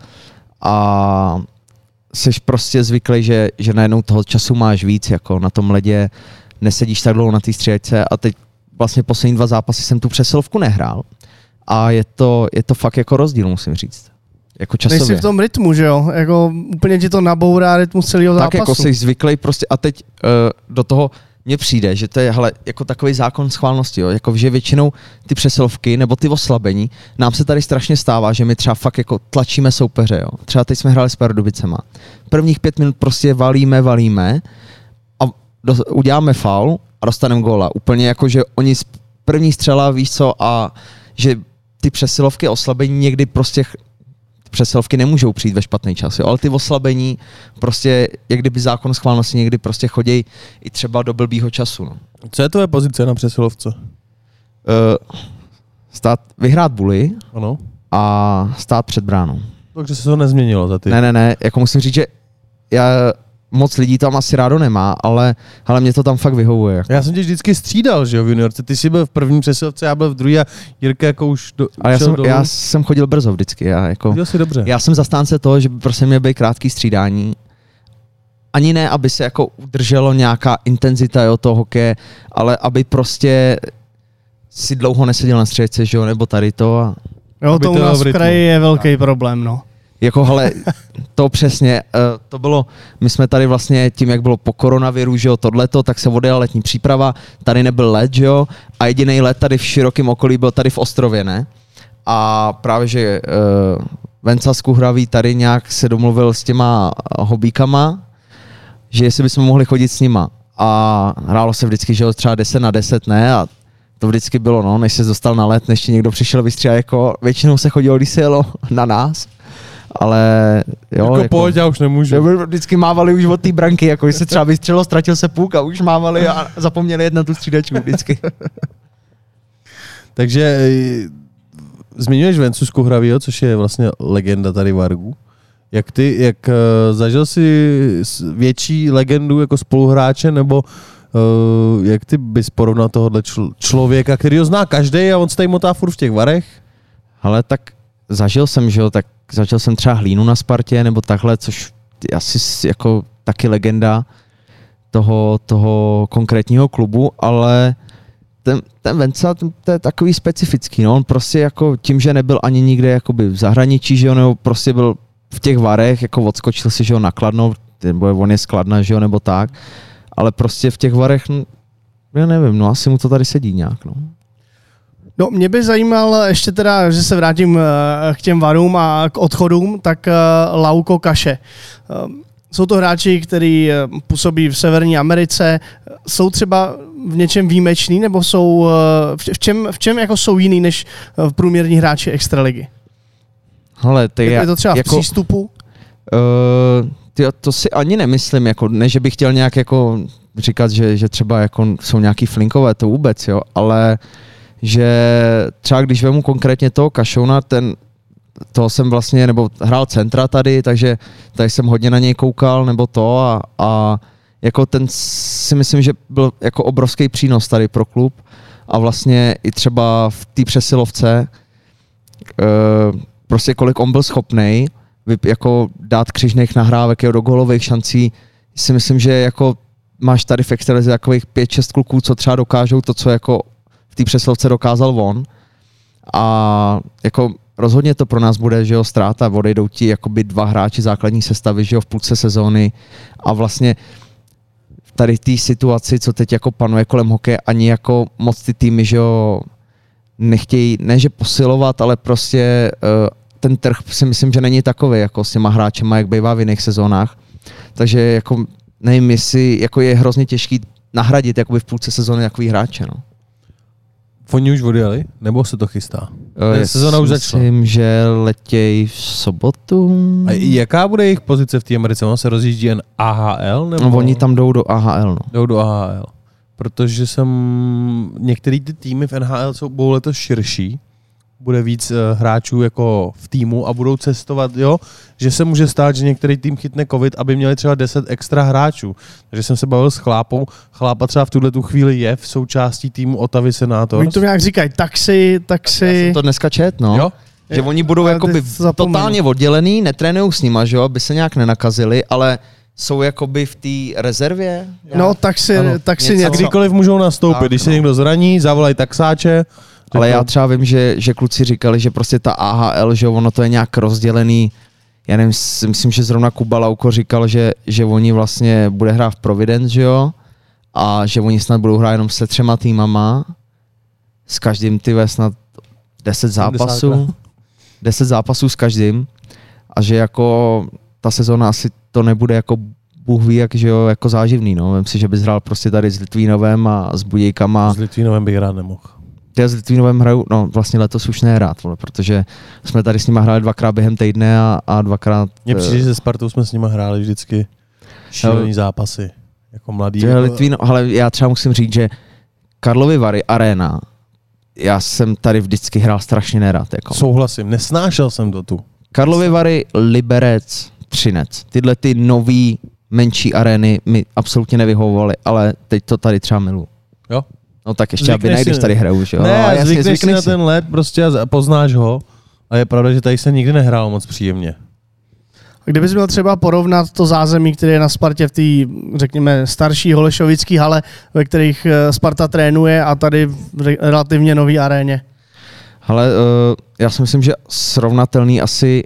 A seš prostě zvyklý, že najednou toho času máš víc, jako na tom ledě nesedíš tak dlouho na té střídačce a teď vlastně poslední 2 zápasy jsem tu přesilovku nehrál a je to fakt jako rozdíl, musím říct. Jako časově. Nejsi v tom rytmu, že jo? Jako úplně ti to nabourá rytmus celého zápasu. Tak jako jsi zvyklý prostě a teď do toho mně přijde, že to je hele, jako takový zákon schválnosti, jo? Jako, že většinou ty přesilovky nebo ty oslabení, nám se tady strašně stává, že my třeba fakt jako tlačíme soupeře, jo? Třeba teď jsme hráli s Pardubicema. Prvních 5 minut prostě valíme a uděláme faul a dostaneme góla. Úplně jako, že oni první střela, víš co, a že ty přesilovky oslabení někdy prostě přesilovky nemůžou přijít ve špatný čas, jo? Ale ty oslabení prostě, jak kdyby zákon schválnosti někdy prostě chodí i třeba do blbýho času. No. Co je tvoje pozice na přesilovce? Vyhrát buly ano. A stát před bránou. Takže se to nezměnilo za ty. Ne, jako musím říct, že moc lidí tam asi rádo nemá, ale mě to tam fakt vyhovuje. Jako. Já jsem tě vždycky střídal, že jo, v juniorce. Ty jsi byl v prvním přesilovce, já byl v druhý a Jirka jako už já jsem chodil brzo vždycky. Chodil jsi dobře. Já jsem zastánce toho, že by prostě měl být krátký střídání. Ani ne, aby se jako udrželo nějaká intenzita, jo, toho hokeje, ale aby prostě si dlouho neseděl na střídačce, že jo, nebo tady to. A... Jo, to u nás v kraji je velký problém, no. Jako, hele, to přesně, to bylo, my jsme tady vlastně tím, jak bylo po koronaviru, že jo, tohleto, tak se odjela letní příprava, tady nebyl let, že jo, a jediný let tady v širokém okolí byl tady v Ostrově, ne? A právě, že Venca z Kuhraví tady nějak se domluvil s těma hobíkama, že jestli bychom mohli chodit s nima. A hrálo se vždycky, že jo, třeba 10-10, ne? A to vždycky bylo, no, než se dostal na let, než ti někdo přišel vystříhat, jako většinou se chodilo, když se jelo na nás. Ale jo, jako pojď, já už nemůžu. Vždycky mávali už od té branky, jako když se třeba vystřelilo, ztratil se puk a už mávali a zapomněli jet na tu střídačku vždycky. Takže zmiňuješ Vencu z Kuhravího, což je vlastně legenda tady Vargu. Jak zažil jsi větší legendu jako spoluhráče, nebo jak ty bys porovnal tohohle člověka, který ho zná každej a on se tady motá furt v těch Varech? Ale tak zažil jsem, že jo, tak začal jsem třeba Hlínu na Spartě, nebo takhle, což je asi jako taky legenda toho konkrétního klubu, ale ten Venca, to je takový specifický, no, on prostě jako tím, že nebyl ani nikde jakoby v zahraničí, že jo, nebo prostě byl v těch Varech, jako odskočil si, že jo, na Kladno, nebo on je z Kladna, že jo, nebo tak, ale prostě v těch Varech, no, já nevím, no, asi mu to tady sedí nějak, no. No, mě by zajímal ještě teda, že se vrátím k těm Varům a k odchodům, tak Lauko Kaše. Jsou to hráči, kteří působí v Severní Americe, jsou třeba v něčem výjimeční, nebo jsou v čem jako jsou jiný než v průměrní hráči extraligy? Hele, je to třeba jako, v přístupu? To si ani nemyslím, jako, ne, že bych chtěl nějak jako říkat, že třeba jako jsou nějaký flinkové, to vůbec, jo, ale že třeba když vemu konkrétně toho Kašouna, toho jsem vlastně, nebo hrál centra tady, takže tady jsem hodně na něj koukal, nebo to a jako ten si myslím, že byl jako obrovský přínos tady pro klub a vlastně i třeba v té přesilovce prostě kolik on byl schopnej jako dát křižných nahrávek do gólových šancí, si myslím, že jako máš tady v extralize takových 5-6 kluků, co třeba dokážou to, co jako v té přesilovce dokázal on a jako rozhodně to pro nás bude, že jo, ztráta, odejdou ti jakoby 2 hráči základní sestavy, že jo, v půlce sezóny a vlastně tady té situaci, co teď jako panuje kolem hokeje, ani jako moc ty týmy, že jo, nechtějí, ne že posilovat, ale prostě ten trh si myslím, že není takový jako s těma hráčema, jak bývá v jiných sezónách. Takže jako nevím, jestli jako je hrozně těžký nahradit jakoby v půlce sezóny takový hráče, no. Oni už odjeli? Nebo se to chystá? Sezóna už začala. Myslím, že letějí v sobotu. A jaká bude jejich pozice v té Americe? Ono se rozjíždí jen AHL? Nebo? No, oni tam jdou do AHL, no. Jdou do AHL. Protože některé ty týmy v NHL budou letos širší, bude víc hráčů jako v týmu a budou cestovat, jo, že se může stát, že některý tým chytne covid, aby měli třeba 10 extra hráčů. Takže jsem se bavil s Chlápou, Chlápa třeba v tuhle tu chvíli je v součástí týmu Ottawy Senators. Oni to nějak říkají, taxi. Já jsem to dneska čet, no. Jo? Že oni budou jakoby totálně oddělený, netrénujou s nima, že jo, aby se nějak nenakazili, ale jsou jakoby v té rezervě. No, taxi něco. Kdykoliv můžou nastoupit, tak, když se někdo zraní, zavolají taxáče. Ale já třeba vím, že kluci říkali, že prostě ta AHL, že ono to je nějak rozdělený. Já nevím, myslím, že zrovna Kuba Lauko říkal, že oni vlastně bude hrát v Providence, že jo? A že oni snad budou hrát jenom se 3 týmama. S každým snad 10 zápasů. 10 zápasů s každým. A že jako ta sezóna asi to nebude jako Bůh ví, jak, že jo, jako záživný, no. Vím si, že bys hrál prostě tady s Litvínovem a s Budějkama. S Litvínovem bych hrát nemohl. Já s Litvínovem hraju, no vlastně letos už nehrát, protože jsme tady s nima hráli 2krát během týdne a 2krát... Mně přijde, že se Spartou jsme s nima hráli vždycky šílený zápasy, jako mladý. Ale já třeba musím říct, že Karlovy Vary Arena, já jsem tady vždycky hrál strašně nerad. Jako. Souhlasím, nesnášel jsem to tu. Karlovy Vary, Liberec, Třinec, tyhle ty nový menší arény mi absolutně nevyhovovaly, ale teď to tady třeba miluji. Jo? No tak ještě, aby ne, když tady hraju, že jo? Ne, no, zvykneš si na ten led prostě a poznáš ho. A je pravda, že tady se nikdy nehrálo moc příjemně. Kdybys měl třeba porovnat to zázemí, které je na Spartě v té, řekněme, starší holešovické hale, ve kterých Sparta trénuje a tady v relativně nový aréně? Ale já si myslím, že srovnatelný asi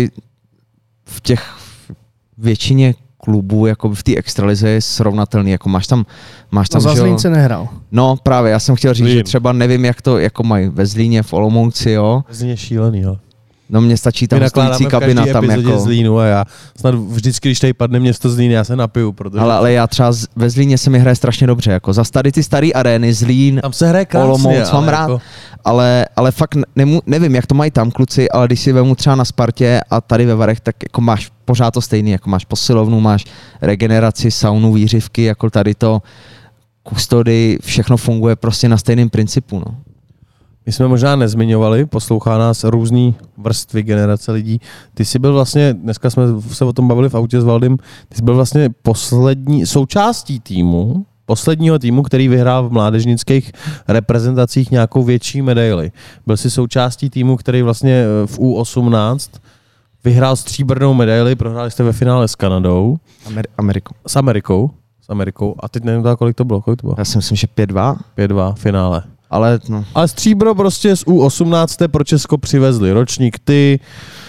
v těch většině klubů, jako v té extralize je srovnatelný, jako máš tam za Zlínce nehrál. No právě, já jsem chtěl říct, že třeba nevím, jak to jako mají ve Zlíně, v Olomouci, jo. Ve Zlíně šílený, jo. No mně stačí tam stojící kabina tam jako. Zlínu a já snad vždycky, když tady padne město Zlín, já se napiju, protože... Ale já třeba ve Zlíně se mi hraje strašně dobře, jako za tady ty starý arény, Zlín, tam se hraje krásně, Olomouc, mám rád, jako... ale fakt nevím, jak to mají tam kluci, ale když si vemu třeba na Spartě a tady ve Varech, tak jako máš pořád to stejný, jako máš posilovnu, máš regeneraci, saunu, výřivky, jako tady to kustody, všechno funguje prostě na stejném principu, no. My jsme možná nezmiňovali, poslouchá nás různý vrstvy generace lidí. Ty jsi byl vlastně, dneska jsme se o tom bavili v autě s Valdym, ty jsi byl vlastně součástí týmu, posledního týmu, který vyhrál v mládežnických reprezentacích nějakou větší medaili. Byl jsi součástí týmu, který vlastně v U18 vyhrál stříbrnou medaili, prohráli jste ve finále s Kanadou. S Amerikou. A teď nevím, kolik to bylo. Já si myslím, že 5-2. 5-2 finále. Ale stříbro prostě z U18 pro Česko přivezli. Ročník ty,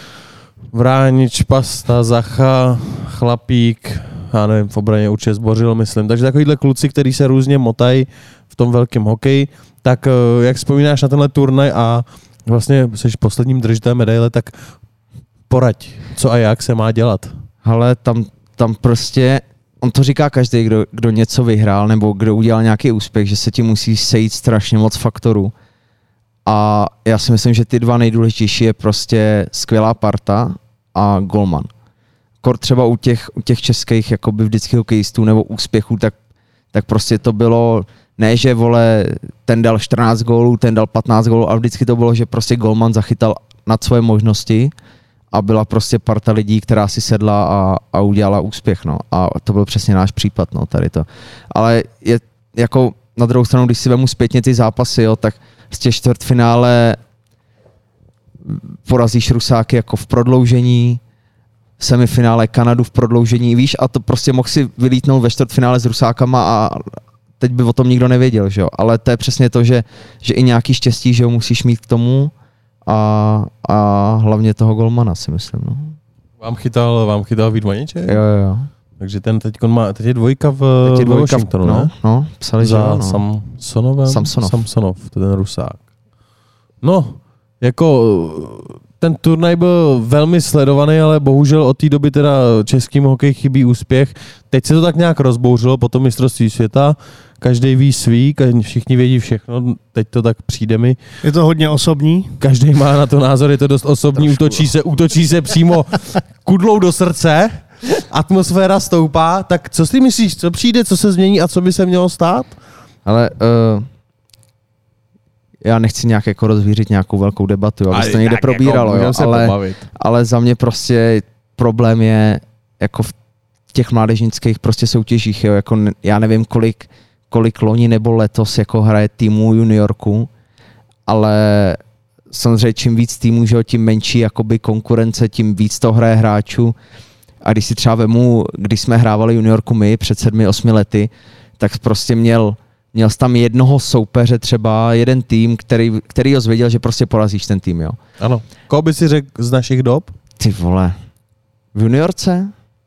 Vránič, Pasta, Zacha, Chlapík, já nevím, v obraně určitě Zbořil, myslím. Takže takovýhle kluci, kteří se různě motají v tom velkém hokeji, tak jak vzpomínáš na tenhle turnaj a vlastně jsi posledním držitelem medaile, tak poraď, co a jak se má dělat. Ale tam prostě... On to říká každý, kdo něco vyhrál nebo kdo udělal nějaký úspěch, že se ti musí sejít strašně moc faktorů. A já si myslím, že ty dva nejdůležitější je prostě skvělá parta a golman. Kor třeba u těch českých jakoby vždycky hokejistů nebo úspěchů, tak prostě to bylo, ne že vole, ten dal 14 gólů, ten dal 15 gólů, ale vždycky to bylo, že prostě golman zachytal nad svoje možnosti a byla prostě parta lidí, která si sedla a udělala úspěch, no. A to byl přesně náš případ, no, tady to. Ale je jako na druhou stranu, když si vemu zpětně ty zápasy, jo, tak z těch čtvrtfinále porazíš Rusáky jako v prodloužení, v semifinále Kanadu v prodloužení, víš, a to prostě mohl si vylítnout ve čtvrtfinále s Rusákama a teď by o tom nikdo nevěděl, že jo, ale to je přesně to, že i nějaký štěstí, že ho musíš mít k tomu a hlavně toho golmana, si myslím, no. Vám chytal Vít Vaněček? Jo. Takže teď je dvojka v Washingtonu, ne? No, psali, že jo, no. Samsonov, ten Rusák. No, jako ten turnaj byl velmi sledovaný, ale bohužel od té doby teda českým hokej chybí úspěch. Teď se to tak nějak rozbouřilo po tom mistrovství světa. Každý ví svý, všichni vědí všechno, teď to tak přijde mi. Je to hodně osobní? Každý má na to názor, je to dost osobní, útočí se přímo kudlou do srdce, atmosféra stoupá, tak co si myslíš, co přijde, co se změní a co by se mělo stát? Ale já nechci nějak jako rozvířit nějakou velkou debatu, aby se to někde probíralo, jo, ale za mě prostě problém je jako v těch mládežnických prostě soutěžích, jo, jako já nevím kolik loni nebo letos jako hraje týmu juniorku, ale samozřejmě čím víc týmů, že jo, tím menší jakoby konkurence, tím víc to hraje hráčů. A když si třeba vemu, když jsme hrávali juniorku my před 7-8 lety, tak prostě měl jsi tam jednoho soupeře, třeba jeden tým, který ho zvěděl, že prostě porazíš ten tým, jo. Ano. Koho by si řekl z našich dob? Ty vole, v juniorce?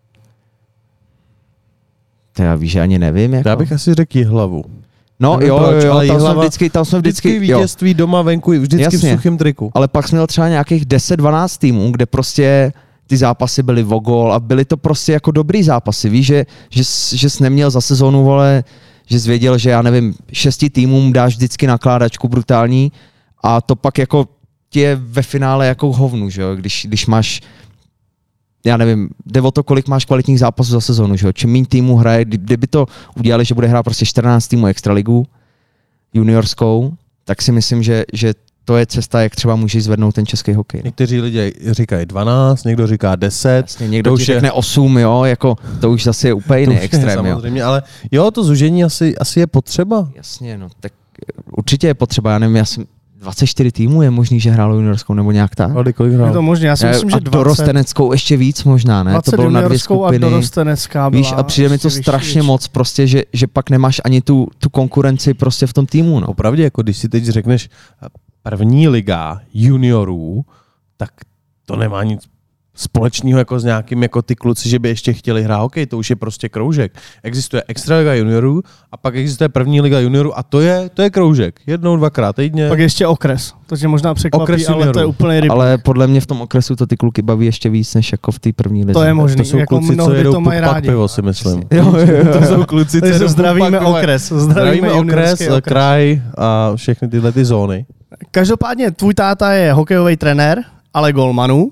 To já víš, že ani nevím. Jako. Já bych asi řekl Jihlavu. No nevím jo, ale tam jsme vždycky vítězství jo. Doma, venku, vždycky jasně, v suchém triku. Ale pak jsme měl třeba nějakých 10-12 týmů, kde prostě ty zápasy byly o gól a byly to prostě jako dobrý zápasy. Víš, že jsi neměl za sezónu, vole, že jsi věděl, že já nevím, 6 týmům dáš vždycky nakládačku brutální a to pak jako ti je ve finále jako hovnu, že jo, když máš, já nevím, jde o to, kolik máš kvalitních zápasů za sezónu, že jo, čím méně týmů hraje, kdyby to udělali, že bude hrát prostě 14 týmů extraligu juniorskou, tak si myslím, že to je cesta, jak třeba můžeš zvednout ten český hokej. Někteří lidé říkají 12, někdo říká 10. Jasně, někdo ti řekne 8, jo, jako to už zase je úplně jiný extrém, samozřejmě, jo. Ale jo, to zúžení asi je potřeba. Jasně, no, tak určitě je potřeba, já nevím, 24 týmů je možný, že hrálo juniorskou nebo nějak tak. Ale kolik hrál? Je to možné, já si myslím, že 20. Dorosteneckou ještě víc možná, ne? 20 to bylo na 2 skupiny. A dorostenecká byla. Víš, a přijde mi to strašně moc prostě, že pak nemáš ani tu konkurenci prostě v tom týmu, no. Opravdu, jako když si teď řekneš první liga juniorů, tak to nemá nic společného jako s nějakým jako ty kluci, že by ještě chtěli hrát hokej, to už je prostě kroužek. Existuje extraliga juniorů a pak existuje první liga juniorů a to je kroužek. 1-2krát týdně. Pak ještě okres. To tě možná překvapí, ale to je úplně rybník. Ale podle mě v tom okresu to ty kluky baví ještě víc, než jako v té první lize. To je možný. To jsou jako kluci, co jedou pak pivo, si myslím. Jo. To jsou kluci, co jedou zdravíme okres. Zdravíme okres, kraj a všechny tyhle ty zóny. Každopádně tvůj táta je hokejový trenér, ale golmanů.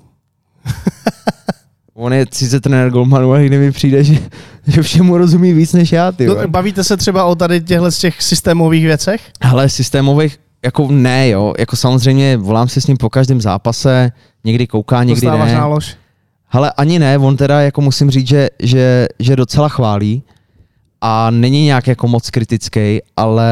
On je sice trenér golmanů, ale mi přijde, že všemu rozumí víc než já. Ty, bavíte se třeba o tady těchto z těch systémových věcech? Hele, systémových, jako ne, jo. Jako samozřejmě volám si s ním po každém zápase, někdy kouká, někdy dostáváš ne. nálož? Hele, ani ne, on teda jako musím říct, že docela chválí a není nějak jako moc kritický, ale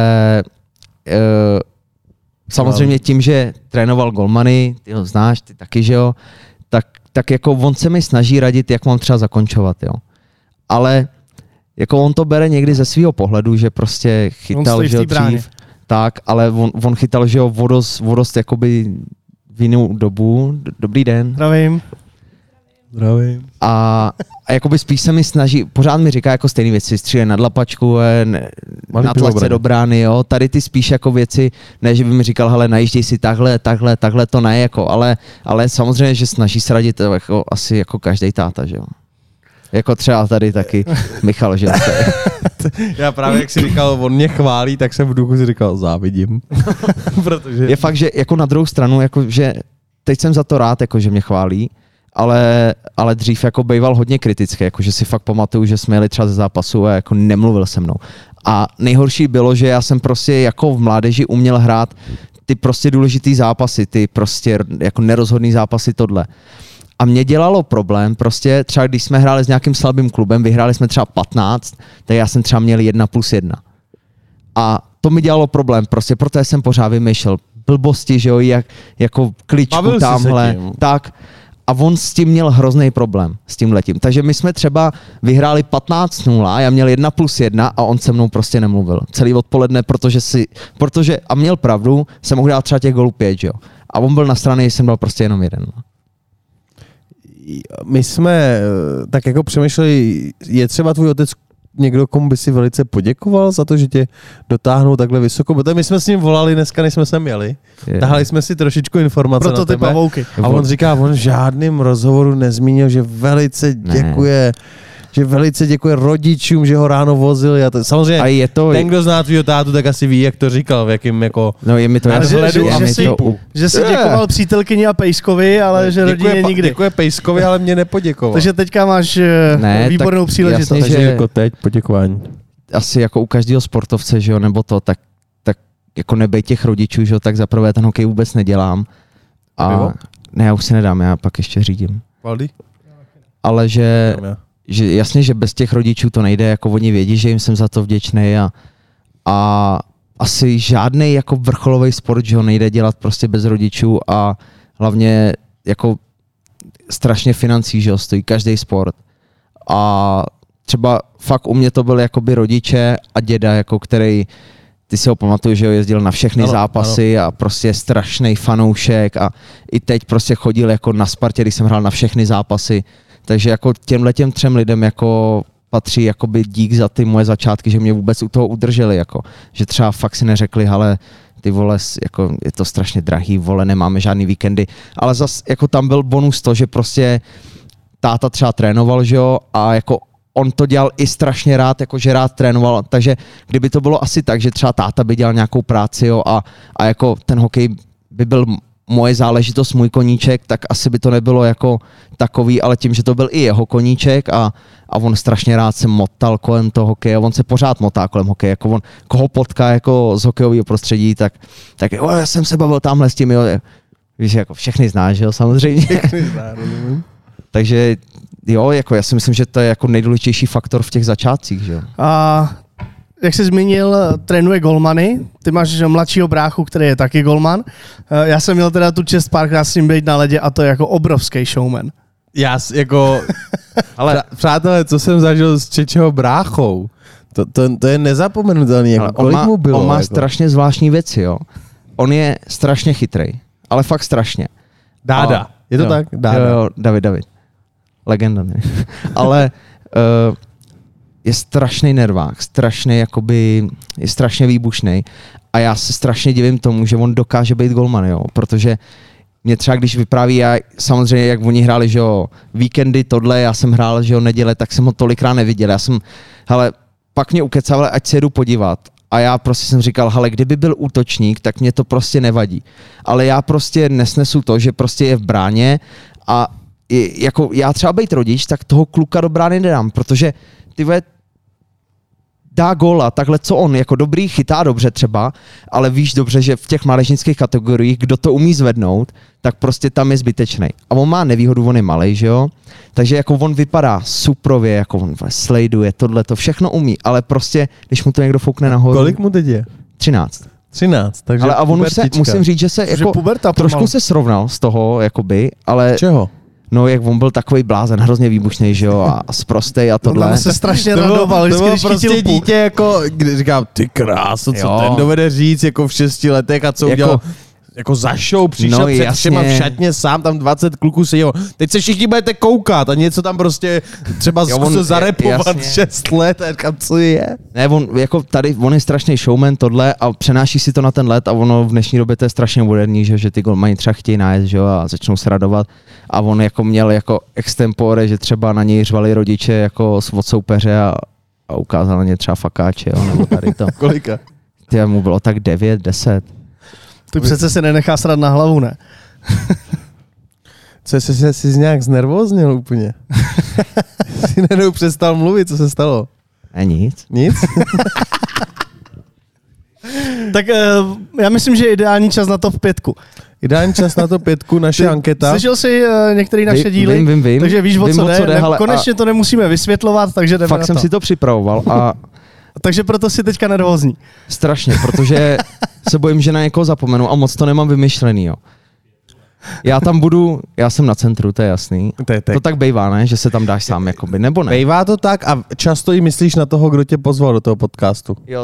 samozřejmě tím, že trénoval golmany, ty ho znáš, ty taky, že jo, tak jako on se mi snaží radit, jak mám třeba zakončovat, jo. Ale jako on to bere někdy ze svého pohledu, že prostě chytal, že jo, dřív, tak, ale on chytal, že jo, vodost jakoby v jinou dobu. Dobrý den. Zdravím. A jakoby spíš se mi snaží, pořád mi říká jako stejné věci, střílej na dlapačku, na tlačce do brány, jo, tady ty spíš jako věci, ne, že by mi říkal, hele, najížděj si takhle, to ne, jako, ale samozřejmě, že snaží se radit jako, asi jako každý táta, že jo. Jako třeba tady taky Michal, že? Já právě, jak jsi říkal, on mě chválí, tak jsem v duchu si říkal, závidím. Protože... Je fakt, že jako na druhou stranu, jako, že teď jsem za to rád, jako, že mě chválí, ale dřív jako býval hodně kritický, jako, že si fakt pamatuju, že jsme jeli třeba ze zápasu a jako nemluvil se mnou. A nejhorší bylo, že já jsem prostě jako v mládeži uměl hrát ty prostě důležitý zápasy, ty prostě jako nerozhodný zápasy tohle. A mě dělalo problém, prostě třeba když jsme hráli s nějakým slabým klubem, vyhráli jsme třeba 15, tak já jsem třeba měl 1+1. A to mi dělalo problém, prostě proto jsem pořád vymýšlel blbosti, že jo, jako kličku tamhle, tak. A on s tím měl hrozný problém, s tím letím. Takže my jsme třeba vyhráli 15-0, já měl 1+1 a on se mnou prostě nemluvil. Celý odpoledne, protože a měl pravdu, jsem mohl dát třeba těch gólů 5, jo. A on byl na straně, jsem dal prostě jenom 1. My jsme tak jako přemýšleli, je třeba tvůj otec někdo, komu by si velice poděkoval za to, že tě dotáhnul takhle vysoko, protože my jsme s ním volali dneska, než jsme sem jeli. Tahali jsme si trošičku informace proto na tebe. Pavouky. A on říká, on v žádném rozhovoru nezmínil, že velice děkuje. Že velice děkuje rodičům, že ho ráno vozili. A to, samozřejmě, a je to, ten, kdo zná tvýho tátu, tak asi ví, jak to říkal, v jakým jako... No je mi to že si děkoval přítelkyni a Pejskovi, ale že rodině nikdy. Děkuje Pejskovi, ale mě nepoděkoval. Takže teďka máš výbornou příležitost. Jasně, takže jako teď poděkování. Asi jako u každého sportovce, že jo, nebo to, tak jako nebej těch rodičů, že jo, tak zaprvé ten hokej vůbec nedělám. A ne, já už si nedám, já pak ještě řídím. Valdy? Ale že jasně, že bez těch rodičů to nejde, jako oni vědí, že jim jsem za to vděčný a asi žádný jako vrcholový sport, že ho nejde dělat prostě bez rodičů a hlavně jako strašně financí, že ho stojí každý sport. A třeba fakt u mě to byl jakoby rodiče a děda, jako který, ty si ho pamatuju, že ho jezdil na všechny zápasy a prostě strašný fanoušek a i teď prostě chodil jako na Spartě, když jsem hrál na všechny zápasy. Takže jako těmhletěm 3 lidem jako patří jakoby dík za ty moje začátky, že mě vůbec u toho udrželi, jako, že třeba fakt si neřekli, hele, ty vole, jako, je to strašně drahý, vole, nemáme žádný víkendy, ale zas jako tam byl bonus to, že prostě táta třeba trénoval, že jo, a jako on to dělal i strašně rád, jakože rád trénoval, takže kdyby to bylo asi tak, že třeba táta by dělal nějakou práci, jo, a jako ten hokej by byl moje záležitost, můj koníček, tak asi by to nebylo jako takový, ale tím, že to byl i jeho koníček a on strašně rád se motal kolem toho hokeje, on se pořád motá kolem hokeje, jako on koho potká jako z hokejového prostředí, tak jo, já jsem se bavil tamhle s tím, jo, víš, jako všechny znáš, jo, samozřejmě. Takže jo, jako já si myslím, že to je jako nejdůležitější faktor v těch začátcích, že jo. A jak jsi zmínil, trénuje golmany, ty máš mladšího bráchu, který je taky golman. Já jsem měl teda tu čest párkrát s ním být na ledě a to je jako obrovský showman. Já jako, ale přátelé, co jsem zažil s Čečeho bráchou, to je nezapomenutelný, jako kolik mu bylo. On má jako strašně zvláštní věci, jo. On je strašně chytrej, ale fakt strašně. Dáda, je to tak? Dáda. Jo, David. Legenda, ne? Ale je strašný nervák, strašný jakoby, je strašně výbušný a já se strašně divím tomu, že on dokáže být golman, jo, protože mě třeba, když vypráví, já samozřejmě, jak oni hráli, že jo, víkendy tohle, já jsem hrál, že jo, neděle, tak jsem ho tolikrát neviděl, pak mě ukecávali, ať se jedu podívat a já prostě jsem říkal, hele, kdyby byl útočník, tak mě to prostě nevadí, ale já prostě nesnesu to, že prostě je v bráně a jako já třeba být rodič, tak toho kluka do brány nedám, protože ty vole, dá góla, takhle co on, jako dobrý, chytá dobře třeba, ale víš dobře, že v těch mládežnických kategoriích, kdo to umí zvednout, tak prostě tam je zbytečný. A on má nevýhodu, on je malej, že jo? Takže jako on vypadá suprově, jako on slajduje, tohle to všechno umí, ale prostě, když mu to někdo foukne nahoru. Kolik mu teď je? 13, takže ale a on už se, musím říct, že se jako trošku se srovnal z toho, jakoby, ale... Čeho? No, jak on byl takový blázen, hrozně výbušný, že jo, a sprostej a tohle. On se strašně radoval, to bylo prostě dítě, jako, když říkám, ty kráso, co ten dovede říct, jako v 6 letech a co jako, udělal. jako za show přišel před všema v šatně sám, tam 20 kluků sedělo. Teď se všichni budete koukat a něco tam prostě třeba zkusil zarepovat 6 let a říkám, co je? Ne, on je strašný showman tohle a přenáší si to na ten let a ono v dnešní době to je strašně moderní, že ty golmani třeba chtějí nájezd, že jo, a začnou se radovat a on jako měl jako extempore, že třeba na něj řvali rodiče jako od soupeře a ukázal na ně třeba fakáče, jo, nebo tady to. Kolika? Ty, mu bylo tak 9, 10. Ty přece se nenechá srat na hlavu, ne? Co jsi nějak znervóznil úplně? Jsi najednou přestal mluvit, co se stalo? Nic. Nic? Tak já myslím, že je ideální čas na to v 5. Ideální čas na to 5, naše anketa. Slyšel jsi některé naše díly? Vím. Takže víš, o co jde. Konečně to nemusíme vysvětlovat, takže jdeme fakt na jsem si to připravoval a takže proto si teďka nervózní. strašně, protože se bojím, že na někoho zapomenu a moc to nemám vymyšlený, jo. Já jsem na centru, to je jasný. To tak bejvá, ne? Že se tam dáš sám, jakoby, nebo ne? Bejvá to tak a často i myslíš na toho, kdo tě pozval do toho podcastu. Jo.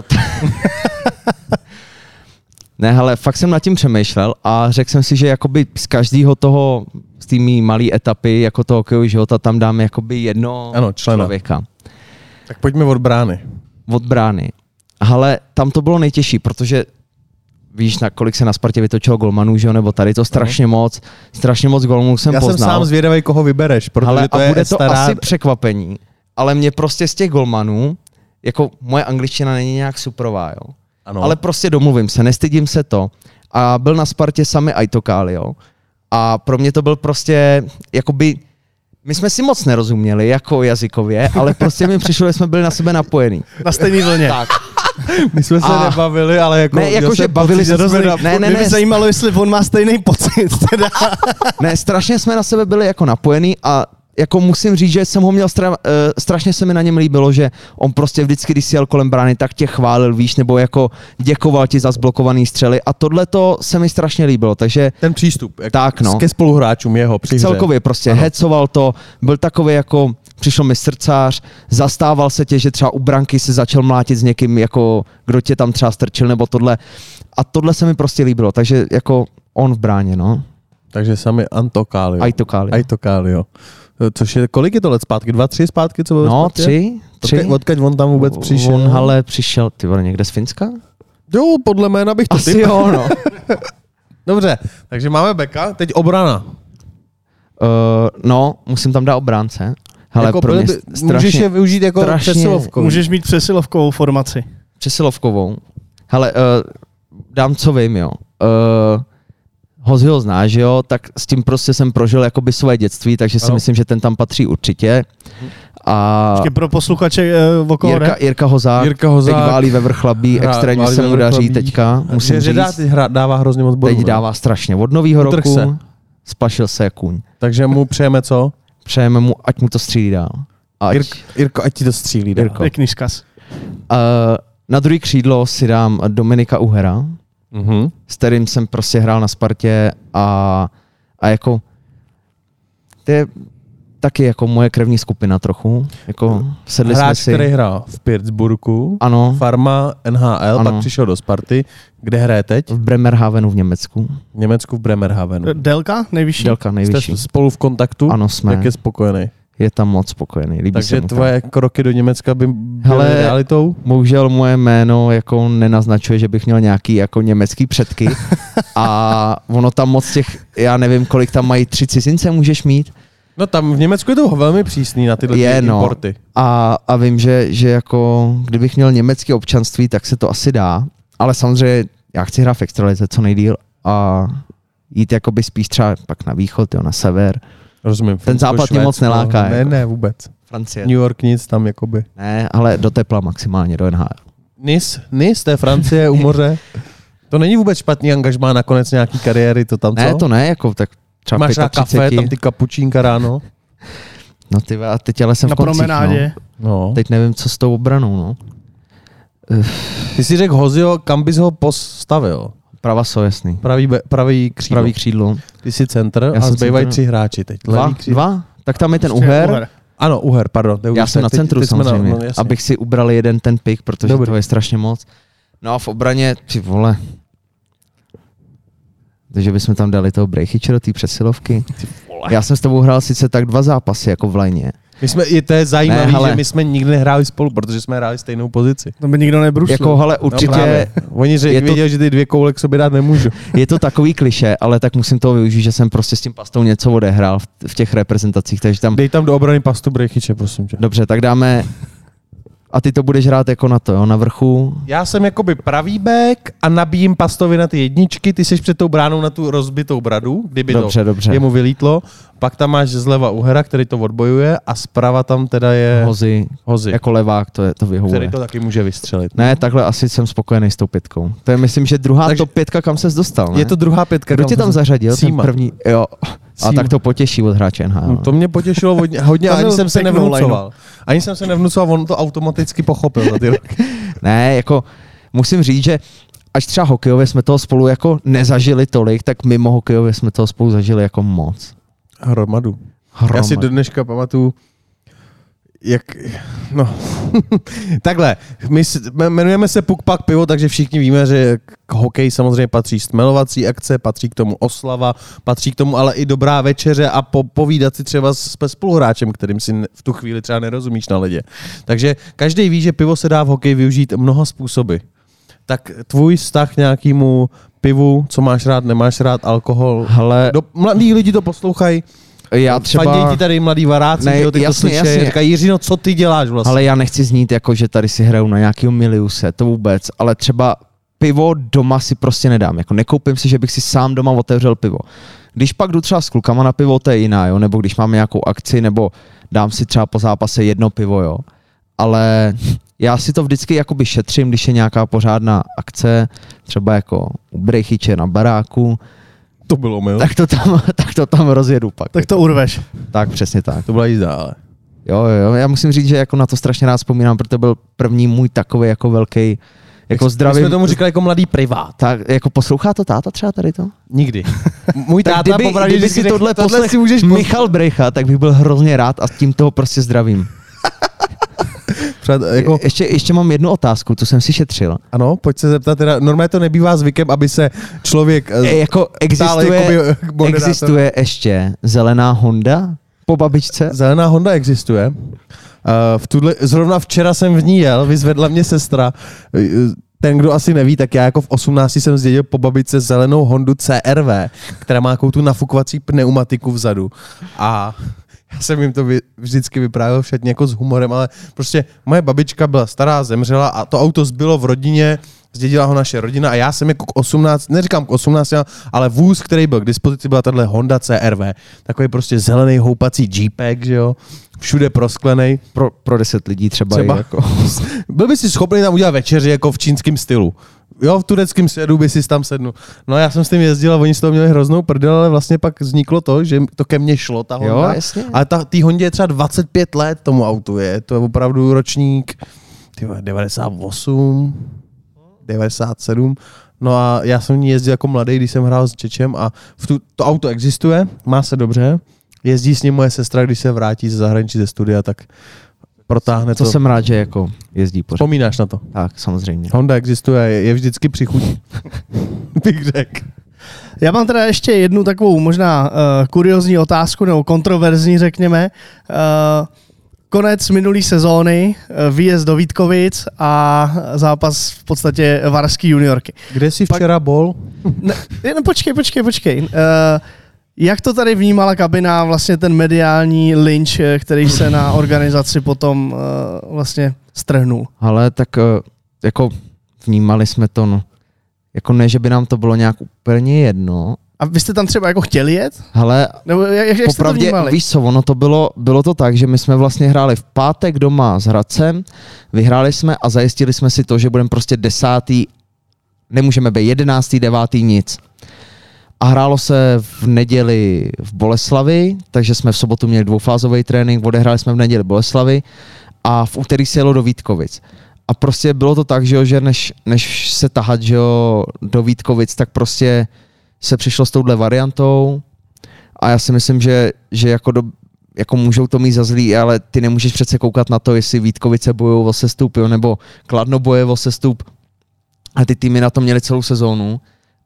Ne, hele, fakt jsem nad tím přemýšlel a řekl jsem si, že jakoby z každého toho, z té mý malé etapy, jako toho hokejového života, tam dáme jakoby jedno člověka. Tak pojďme od brány. Od brány. Ale tam to bylo nejtěžší, protože víš, na kolik se na Spartě vytočilo golmanů, že jo, nebo tady to strašně moc golmanů jsem poznal. Já jsem sám zvědavý, koho vybereš, protože ale to je bude to stará... asi překvapení, ale mě prostě z těch golmanů, jako moje angličtina není nějak suprová, jo. Ano. Ale prostě domluvím se, nestydím se to. A byl na Spartě sami Aitokali, jo. A pro mě to byl prostě, jakoby, my jsme si moc nerozuměli, jako jazykově, ale prostě mi přišlo, že jsme byli na sebe napojení. Na stejný vlně. Tak. My jsme se nebavili, ale jako... Ne, jakože bavili se Ne, mě by zajímalo, jestli on má stejný pocit. Teda. Ne, strašně jsme na sebe byli jako napojení a jako musím říct, že jsem ho měl strašně se mi na něm líbilo, že on prostě vždycky, když si jel kolem brány, tak tě chválil, víš, nebo jako děkoval ti za zblokovaný střely a tohle to se mi strašně líbilo, takže... Ten přístup, tak, no. Ke spoluhráčům jeho při hře. Celkově prostě hecoval to, byl takový jako, přišel mi srdcář, zastával se tě, že třeba u branky se začal mlátit s někým, jako kdo tě tam třeba strčil nebo tohle a tohle se mi prostě líbilo, takže jako on v bráně, no. Takže sami Aitokali, jo. Což je, kolik je to let zpátky? 2, 3 zpátky, co bylo? No, 3. Odkud on tam vůbec přišel? On ale přišel, ty vole, někde z Finska? Jo, podle jména bych to asi jo, no. Dobře, takže máme beka, teď obrana. No, musím tam dát obránce. Hele, jako pro mě můžeš je využít jako přesilovkou. Můžeš mít přesilovkovou formaci. Přesilovkovou. Hele, dám co vím, jo. Hozi ho znáš, jo, tak s tím prostě jsem prožil jakoby svoje dětství, takže si myslím, že ten tam patří určitě. A ještě pro posluchače okolo, Jirka Hozák, teď válí ve Vrchlabí, extrémně se mu daří teďka, musím říct. Dává hrozně moc bodů. Teď dává strašně od nového roku, splašil se jak kůň. Takže mu přejeme co? Přejeme mu, ať mu to střílí dál. Jirko, ať ti to střílí dál. Pěkný vzkaz. Na druhý křídlo si dám Dominika Uhera, s kterým jsem prostě hrál na Spartě a jako to je taky jako moje krevní skupina trochu. Jako sedli hráč, jsme si... který hrál v Pittsburghu, ano. Farma, NHL, ano. Pak přišel do Sparty. Kde hraje teď? V Bremerhavenu v Německu. V Německu v Bremerhavenu. Delka nejvyšší? Delka nejvyšší. Jste spolu v kontaktu? Ano, jsme. Jak je spokojený? Je tam moc spokojený. Líbí takže se mu tvoje tam. kroky do Německa by byly realitou? Bohužel moje jméno jako nenaznačuje, že bych měl nějaký jako německý předky a ono tam moc těch, já nevím, kolik tam mají 3 cizince můžeš mít. No tam v Německu je to velmi přísný na tyhle importy. A vím, že jako kdybych měl německé občanství, tak se to asi dá, ale samozřejmě já chci hrát v extralize co nejdýl a jít jakoby spíš třeba pak na východ, jo, na sever. Rozumím. Ten západ mě moc neláká. Ne, jako. ne, vůbec. Francie. New York nic tam jakoby. Ne, ale do tepla maximálně, do NHL. Nice, to je Francie, u moře. To není vůbec špatný angažmá na konec nějaký kariéry, to tam co? Ne, to ne, jako tak třeba máš na kafe, tam ty kapučínka ráno. No ty a teď ale jsem na v koncích, promenádě. No. Teď nevím, co s tou obranou, no. Ty si řekl Hozio, kam bys ho postavil? Pravaso, jasný. Pravý křídlo. Pravý křídlo. Ty jsi centr a zbývají 3 hráči teď. Dva? Tak tam je ten Uher. Ano, Uher, pardon. Já jsem na centru samozřejmě, abych si ubral jeden ten pick, protože to je strašně moc. No a v obraně, ty vole. Takže bychom tam dali toho Brejchyče do té přesilovky. Já jsem s tebou hrál sice tak 2 zápasy jako v lajně. To je zajímavé, že my jsme nikdy nehráli spolu, protože jsme hráli stejnou pozici. To by nikdo nebrusil. Jako, hele, určitě... No, oni věděli, že ty 2 koule k sobě dát nemůžu. Je to takový klišé, ale tak musím toho využít, že jsem prostě s tím Pastou něco odehrál v těch reprezentacích, takže tam... Dej tam do obrany Pastu Brejchyče, prosím tě. Dobře, tak dáme... A ty to budeš hrát jako na to, jo, na vrchu? Já jsem jakoby pravý back a nabíjím Pastovi na ty jedničky, ty jsi před tou bránou na tu rozbitou bradu, kdyby dobře. jemu vylítlo. Pak tam máš zleva Uhera, který to odbojuje a zprava tam teda je Hozy. Jako levák to vyhovuje. Který to taky může vystřelit. Ne, takhle asi jsem spokojený s tou 5. To je myslím, že druhá top 5, kam ses dostal, ne? Je to druhá 5. Kdo tě tam zařadil? Sýma. Ten první, jo. A tak to potěší od hráče NHL. No, to mě potěšilo hodně, ani jsem se nevnucoval. On to automaticky pochopil za ty roky. Ne, jako musím říct, že až třeba hokejově jsme toho spolu jako nezažili tolik, tak mimo hokejově jsme toho spolu zažili jako moc. Hromadu. Já si do dneška pamatuju, takhle, my jmenujeme se Puk Pak Pivo, takže všichni víme, že hokej samozřejmě patří stmelovací akce, patří k tomu oslava, patří k tomu ale i dobrá večeře a povídat si třeba s spoluhráčem, kterým si v tu chvíli třeba nerozumíš na ledě. Takže každý ví, že pivo se dá v hokeji využít mnoha způsoby. Tak tvůj vztah nějakému pivu, co máš rád, nemáš rád, alkohol, mladí lidi to poslouchají. Já třeba... Fandějí ti tady mladý varáci, ty to slyšejí, říkají, Jiřino, co ty děláš vlastně? Ale já nechci znít jako, že tady si hraju na nějakýho Miliuse, to vůbec, ale třeba pivo doma si prostě nedám, jako nekoupím si, že bych si sám doma otevřel pivo. Když pak jdu třeba s klukama na pivo, to je jiná, jo, nebo když máme nějakou akci, nebo dám si třeba po zápase 1 pivo, jo. Ale já si to vždycky jakoby šetřím, když je nějaká pořádná akce, třeba jako u Brejchyče na baráku, to bylo omyl. Tak to tam rozjedu pak. Tak to urveš. Tak, přesně tak. To byla jízda, ale. Jo, já musím říct, že jako na to strašně rád vzpomínám, protože to byl první můj takový jako velký jako zdravý. My jsme tomu říkali jako mladý privát. Tak, jako poslouchá to táta třeba tady to? Nikdy. Můj táta kdyby si tohle si můžeš Michal Brejcha, tak bych byl hrozně rád a s tím toho prostě zdravím. Jako... Ještě mám jednu otázku, co jsem si šetřil. Ano, pojď se zeptat, teda normálně to nebývá zvykem, aby se člověk jako existuje ještě zelená Honda po babičce? Zelená Honda existuje. Zrovna včera jsem v ní jel, vyzvedla mě sestra. Ten, kdo asi neví, tak já jako v 18 jsem zdědil po babičce zelenou Hondu CR-V, která má takovou tu nafukovací pneumatiku vzadu. A já jsem jim to vždycky vyprávěl v šatně jako s humorem, ale prostě moje babička byla stará, zemřela a to auto zbylo v rodině, zdědila ho naše rodina a já jsem jako k 18, neříkám k 18, ale vůz, který byl k dispozici, byla tahle Honda CR-V. Takový prostě zelený houpací Jeepek, že jo, všude prosklenej. Pro 10 lidí třeba. Jako. Byl by si schopný tam udělat večeři jako v čínském stylu. Jo, v tureckém sedu by si tam sednul. No já jsem s tím jezdil a oni z toho měli hroznou prdel, ale vlastně pak vzniklo to, že to ke mně šlo, ta Honda. Jo, jasně. Ale tý Hondě je třeba 25 let tomu autu, to je opravdu ročník 98, 97. No a já jsem v ní jezdil jako mladý, když jsem hrál s Čečem a to auto existuje, má se dobře, jezdí s ním moje sestra, když se vrátí ze zahraničí ze studia, tak protáhne to. To jsem rád, že jako jezdí pořád. Vzpomínáš na to? Tak, samozřejmě. Honda existuje, je vždycky při chuti. Bych řekl. Já mám teda ještě jednu takovou možná kuriozní otázku, nebo kontroverzní, řekněme. Konec minulý sezóny, výjezd do Vítkovic a zápas v podstatě Varský juniorky. Kde jsi včera bol? Počkej. Jak to tady vnímala kabina, vlastně ten mediální lynč, který se na organizaci potom vlastně strhnul? Ale tak jako vnímali jsme to, no, jako ne, že by nám to bylo nějak úplně jedno. A vy jste tam třeba jako chtěli jet? Hele, nebo jak popravdě, jste to vnímali? Víš co, ono to bylo to tak, že my jsme vlastně hráli v pátek doma s Hradcem, vyhráli jsme a zajistili jsme si to, že budeme prostě 10. Nemůžeme být 11. 9. nic. A hrálo se v neděli v Boleslavi, takže jsme v sobotu měli dvoufázový trénink, odehráli jsme v neděli Boleslavi a v úterý se jelo do Vítkovic. A prostě bylo to tak, že než se tahat do Vítkovic, tak se přišlo s touhle variantou a já si myslím, že jako můžou to mít za zlý, ale ty nemůžeš přece koukat na to, jestli Vítkovice bojují o sestup, nebo Kladno boje o sestup a ty týmy na to měly celou sezónu.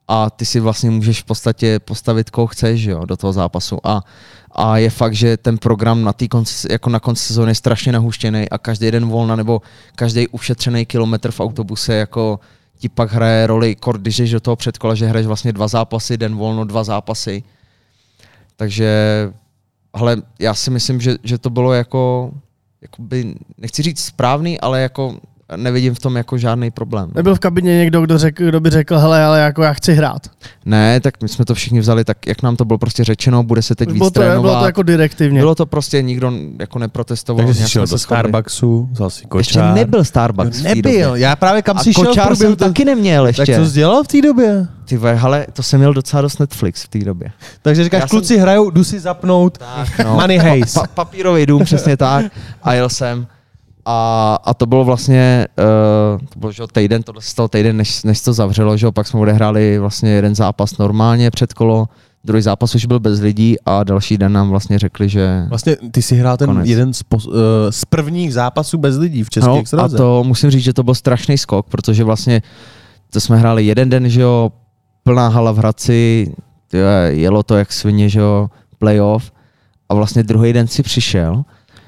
a ty si vlastně můžeš v podstatě postavit, koho chceš, jo, do toho zápasu. A je fakt, že ten program na konci sezóny je strašně nahuštěný a každý jeden volna nebo každý ušetřený kilometr v autobuse jako ti pak hraje roli, když jdeš do toho předkola, že hraješ vlastně 2 zápasy, den volno, 2 zápasy. Takže, hele, já si myslím, že to bylo jakoby, nechci říct správný, ale jako nevidím v tom jako žádný problém. Nebyl v kabině někdo, kdo by řekl, hele, ale jako já chci hrát. Ne, tak my jsme to všichni vzali tak, jak nám to bylo prostě řečeno, bude se teď víc trénovat. Bylo to jako direktivně. Bylo to prostě, nikdo jako neprotestoval. Takže jsi šel do Starbucksu, vzal si kočár. Ještě nebyl Starbucks. Nebyl, já právě kam si šel. A kočár jsem taky neměl ještě. Tak co jsi dělal v té době? Ty hele, to jsem měl docela dost Netflix v té době. Takže říkáš, kluci hrajou, jdu si zapnout Money Heist. Papírový dům, přesně tak. A jel jsem. A to bylo vlastně, to bylo že týden, tohle se stalo týden, než to zavřelo, že pak jsme odehráli vlastně jeden zápas normálně před kolo, druhý zápas už byl bez lidí a další den nám vlastně řekli, že vlastně ty si hrál ten konec. Jeden z prvních zápasů bez lidí v České extraze. A to musím říct, že to byl strašný skok, protože vlastně to jsme hráli jeden den, že jo, plná hala v Hradci, jelo to jak svině, že jo, playoff a vlastně druhý den si přišel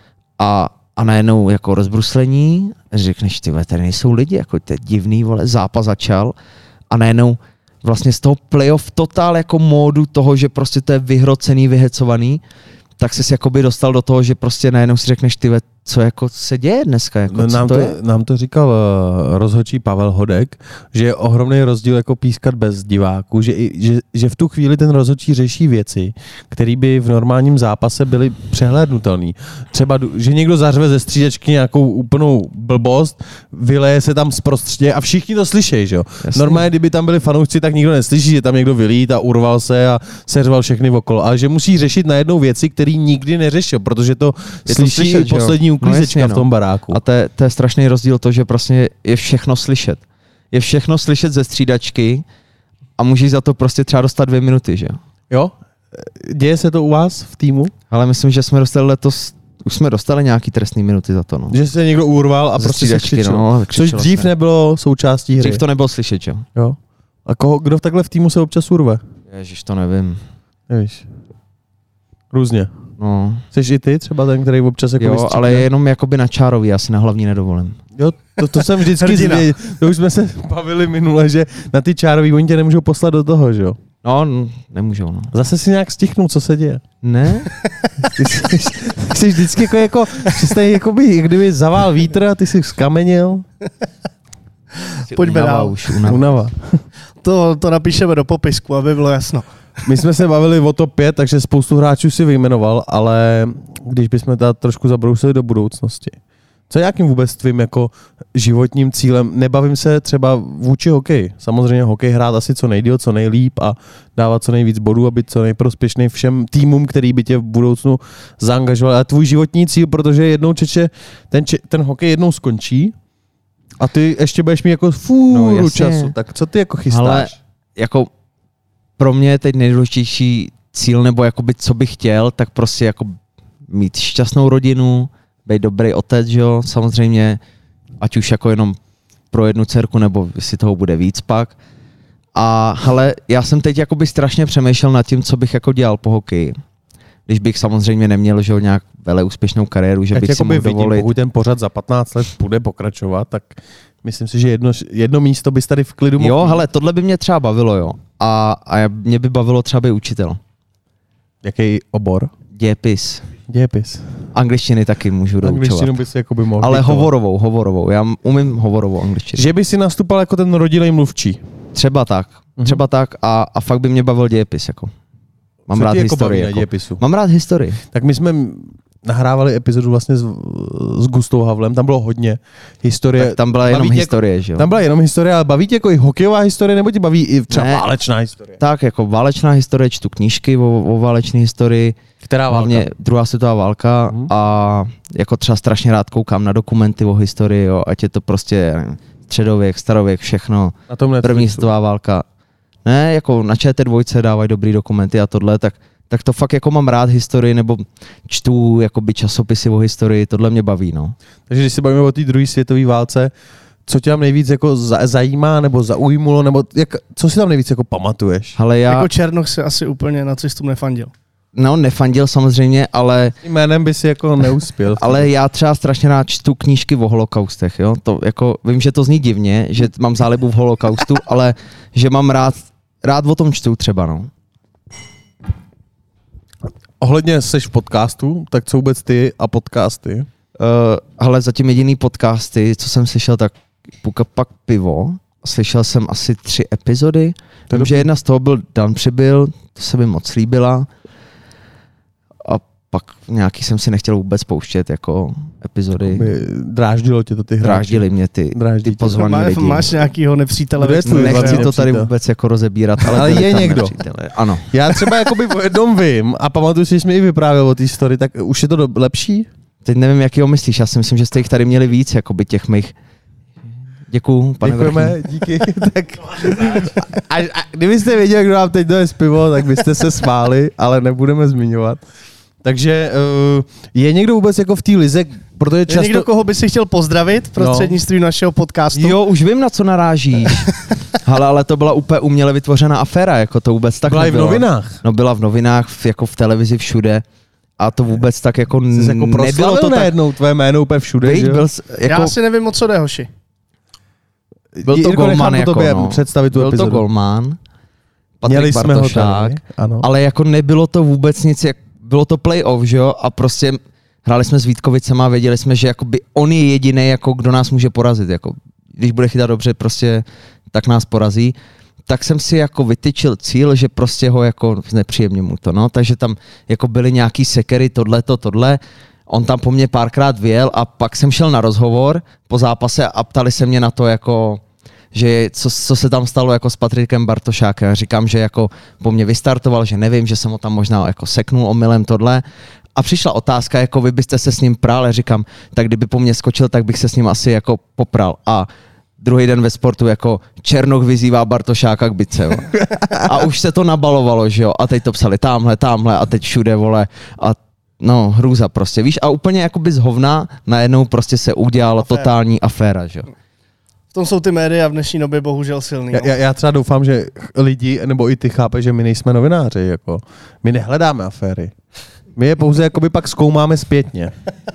a najednou jako rozbruslení, řekneš, ty tady nejsou lidi, jako to je divný, vole, zápas začal a najednou vlastně z toho playoff totál jako módu toho, že prostě to je vyhrocený, vyhecovaný, tak jsi jakoby dostal do toho, že prostě najednou si řekneš, ty co jako se děje dneska, jako nám to říkal rozhodčí Pavel Hodek, že je ohromný rozdíl jako pískat bez diváků, že v tu chvíli ten rozhodčí řeší věci, které by v normálním zápase byly přehlédnutelné. Třeba, že někdo zařve ze střídačky nějakou úplnou blbost, vyleje se tam zprostředně a všichni to slyšejí, že jo. Normálně, kdyby tam byli fanoušci, tak nikdo neslyší, že tam někdo vylít a urval se a seřval všechny okolo, ale že musí řešit najednou věci, které nikdy neřešil, protože to slyší i poslední uklízečka v tom baráku. A to je strašný rozdíl to, že prostě je všechno slyšet. Je všechno slyšet ze střídačky a můžeš za to prostě třeba dostat 2 minuty, že jo? Jo? Děje se to u vás v týmu? Ale myslím, že jsme dostali letos, už jsme dostali nějaký trestný minuty za to, no. Že se někdo urval a prostě se křičel. No, což dřív nebylo součástí hry. Dřív to nebylo slyšet, jo? A kdo takhle v týmu se občas urve? Ježiš, to nevím. Nevíš. Různě. No. Jsi i ty třeba ten, který občas jako jo, ale jenom jakoby na čárový, já si na hlavní nedovolím. Jo, to jsem vždycky zvěděl. To už jsme se bavili minule, že na ty čárový oni tě nemůžou poslat do toho, že jo? No, nemůžou, no. Zase si nějak stichnou, co se děje. Ne? Ty jsi vždycky jako jakoby, kdyby zavál vítr a ty jsi skamenil. Pojďme dál. Unava. To napíšeme do popisku, aby bylo jasno. My jsme se bavili o top 5, takže spoustu hráčů si vyjmenoval, ale když bychom teda trošku zabrousili do budoucnosti. Co je nějakým vůbec tvým jako životním cílem? Nebavím se třeba vůči hokeji. Samozřejmě hokej hrát asi co nejdýl, co nejlíp a dávat co nejvíc bodů a být co nejprospěšnej všem týmům, který by tě v budoucnu zaangažoval. Ale tvůj životní cíl, protože jednou ten hokej jednou skončí a ty ještě budeš mít jako fůru času. Tak co ty jako chystáš? Ale jako pro mě je teď nejdůležitější cíl, nebo jakoby co bych chtěl, tak prostě jako mít šťastnou rodinu, být dobrý otec, jo, samozřejmě, ať už jako jenom pro jednu dcerku, nebo jestli toho bude víc pak. A hele, já jsem teď jakoby strašně přemýšlel nad tím, co bych jako dělal po hokeji. Když bych samozřejmě neměl, že nějak vele úspěšnou kariéru, že bych si mohl dovolit. Pokud ten pořad za 15 let bude pokračovat, tak myslím si, že jedno místo bys tady v klidu mohl. Jo, hele, tohle by mě třeba bavilo, jo. A mě by bavilo třeba být učitel. Jaký obor? Dějepis. Angličtiny taky můžu doučovat. Angličtinu by si jako by mohl. Ale hovorovou. Já umím hovorovou angličtinu. Že by si nastupal jako ten rodilej mluvčí. Třeba tak a fakt by mě bavil dějepis jako. Mám rád historii. Mám rád historii. Tak my jsme nahrávali epizodu vlastně s Gustou Havlem, tam bylo hodně historie. Tak tam byla jenom historie, že jo? Tam byla jenom historie, ale baví tě jako i hokejová historie, nebo tě baví i třeba válečná historie? Tak, jako válečná historie, čtu knížky o válečné historii. Která válka? Hlavně druhá světová válka a jako třeba strašně rád koukám na dokumenty o historii, jo, ať je to prostě středověk, starověk, všechno. První světová válka. Ne, jako na ČT2 dávají dobrý dokumenty a tohle, tak to fakt jako mám rád historii, nebo čtu jakoby časopisy o historii, tohle mě baví, no. Takže když se bavíme o té druhé světové válce, co tě tam nejvíc jako zajímá nebo zaujmulo, nebo co si tam nejvíc jako pamatuješ? Ale já... Jako Černoch se asi úplně na cestům nefandil. No, nefandil samozřejmě, ale... Jménem by si jako neuspěl. Ale já třeba strašně rád čtu knížky o holokaustech, jo. To jako, vím, že to zní divně, že mám zálibu v holokaustu, ale že mám rád o tom čtu třeba, no. Ohledně seš v podcastu, tak co vůbec ty a podcasty? Ale zatím jediný podcasty, co jsem slyšel, tak Puka pak pivo. Slyšel jsem asi 3 epizody. Vím, že jedna z toho byl Dan Přibyl, to se mi moc líbila. A pak nějaký jsem si nechtěl vůbec pouštět jako epizody. Dráždilo tě to ty hráči? Dráždili mě ty pozvaný lidi. Máš nějakýho nepřítele? Nechci to tady vůbec jako rozebírat, ale je někdo. Ano. Já třeba jakoby o jednom vím a pamatuju si, že jsi mi i vyprávěl o té story, tak už je to lepší? Teď nevím, jaký ho myslíš, já si myslím, že jste jich tady měli víc, jakoby těch mých. Děkuju, pane Děkujeme, Vrchní. díky. Tak, a kdybyste věděli, kdo nám teď dones pivo, tak byste se smáli, ale nebudeme zmiňovat. Takže je někdo vůbec jako v té lize, protože často... Je někdo, koho by si chtěl pozdravit prostřednictvím našeho podcastu? Jo, už vím, na co narážíš. Hele, ale to byla úplně uměle vytvořená aféra, jako to vůbec tak byla nebylo. Byla i v novinách. No byla v novinách, jako v televizi, všude. A to vůbec tak jako nebylo to najednou tvoje jméno úplně všude, že jo? Jako... Já si nevím, o co jde, hoši. Byl to golman, jako no. Představit tu byl epizodu. To golman, Patrik Měli jsme Bartošák, ano. Ale jako nebylo to vůbec nic, bylo to playoff, že jo, a prostě hráli jsme s Vítkovicema a věděli jsme, že jakoby on je jediný, jako kdo nás může porazit, jako když bude chytat dobře, prostě tak nás porazí. Tak jsem si jako vytyčil cíl, že prostě ho jako znepříjemně mu to, no, takže tam jako byly nějaký sekery, tohle. On tam po mně párkrát vyjel a pak jsem šel na rozhovor po zápase a ptali se mě na to jako, že co se tam stalo jako s Patrikem Bartošákem. Já říkám, že jako po mně vystartoval, že nevím, že jsem ho tam možná jako seknul omylem tohle. A přišla otázka, jako vy byste se s ním pral, já říkám, tak kdyby po mně skočil, tak bych se s ním asi jako popral. A druhý den ve sportu jako Černoch vyzývá Bartošáka k bice, jo. A už se to nabalovalo, že jo. A teď to psali tamhle a teď všude, vole. A no, hrůza prostě, víš, a úplně jakoby z hovna najednou prostě se udělala totální aféra, že jo. V tom jsou ty média v dnešní době bohužel silný. Já třeba doufám, že lidi, nebo i ty chápe, že my nejsme novináři, jako. My nehledáme aféry. My je pouze jakoby pak zkoumáme zpětně.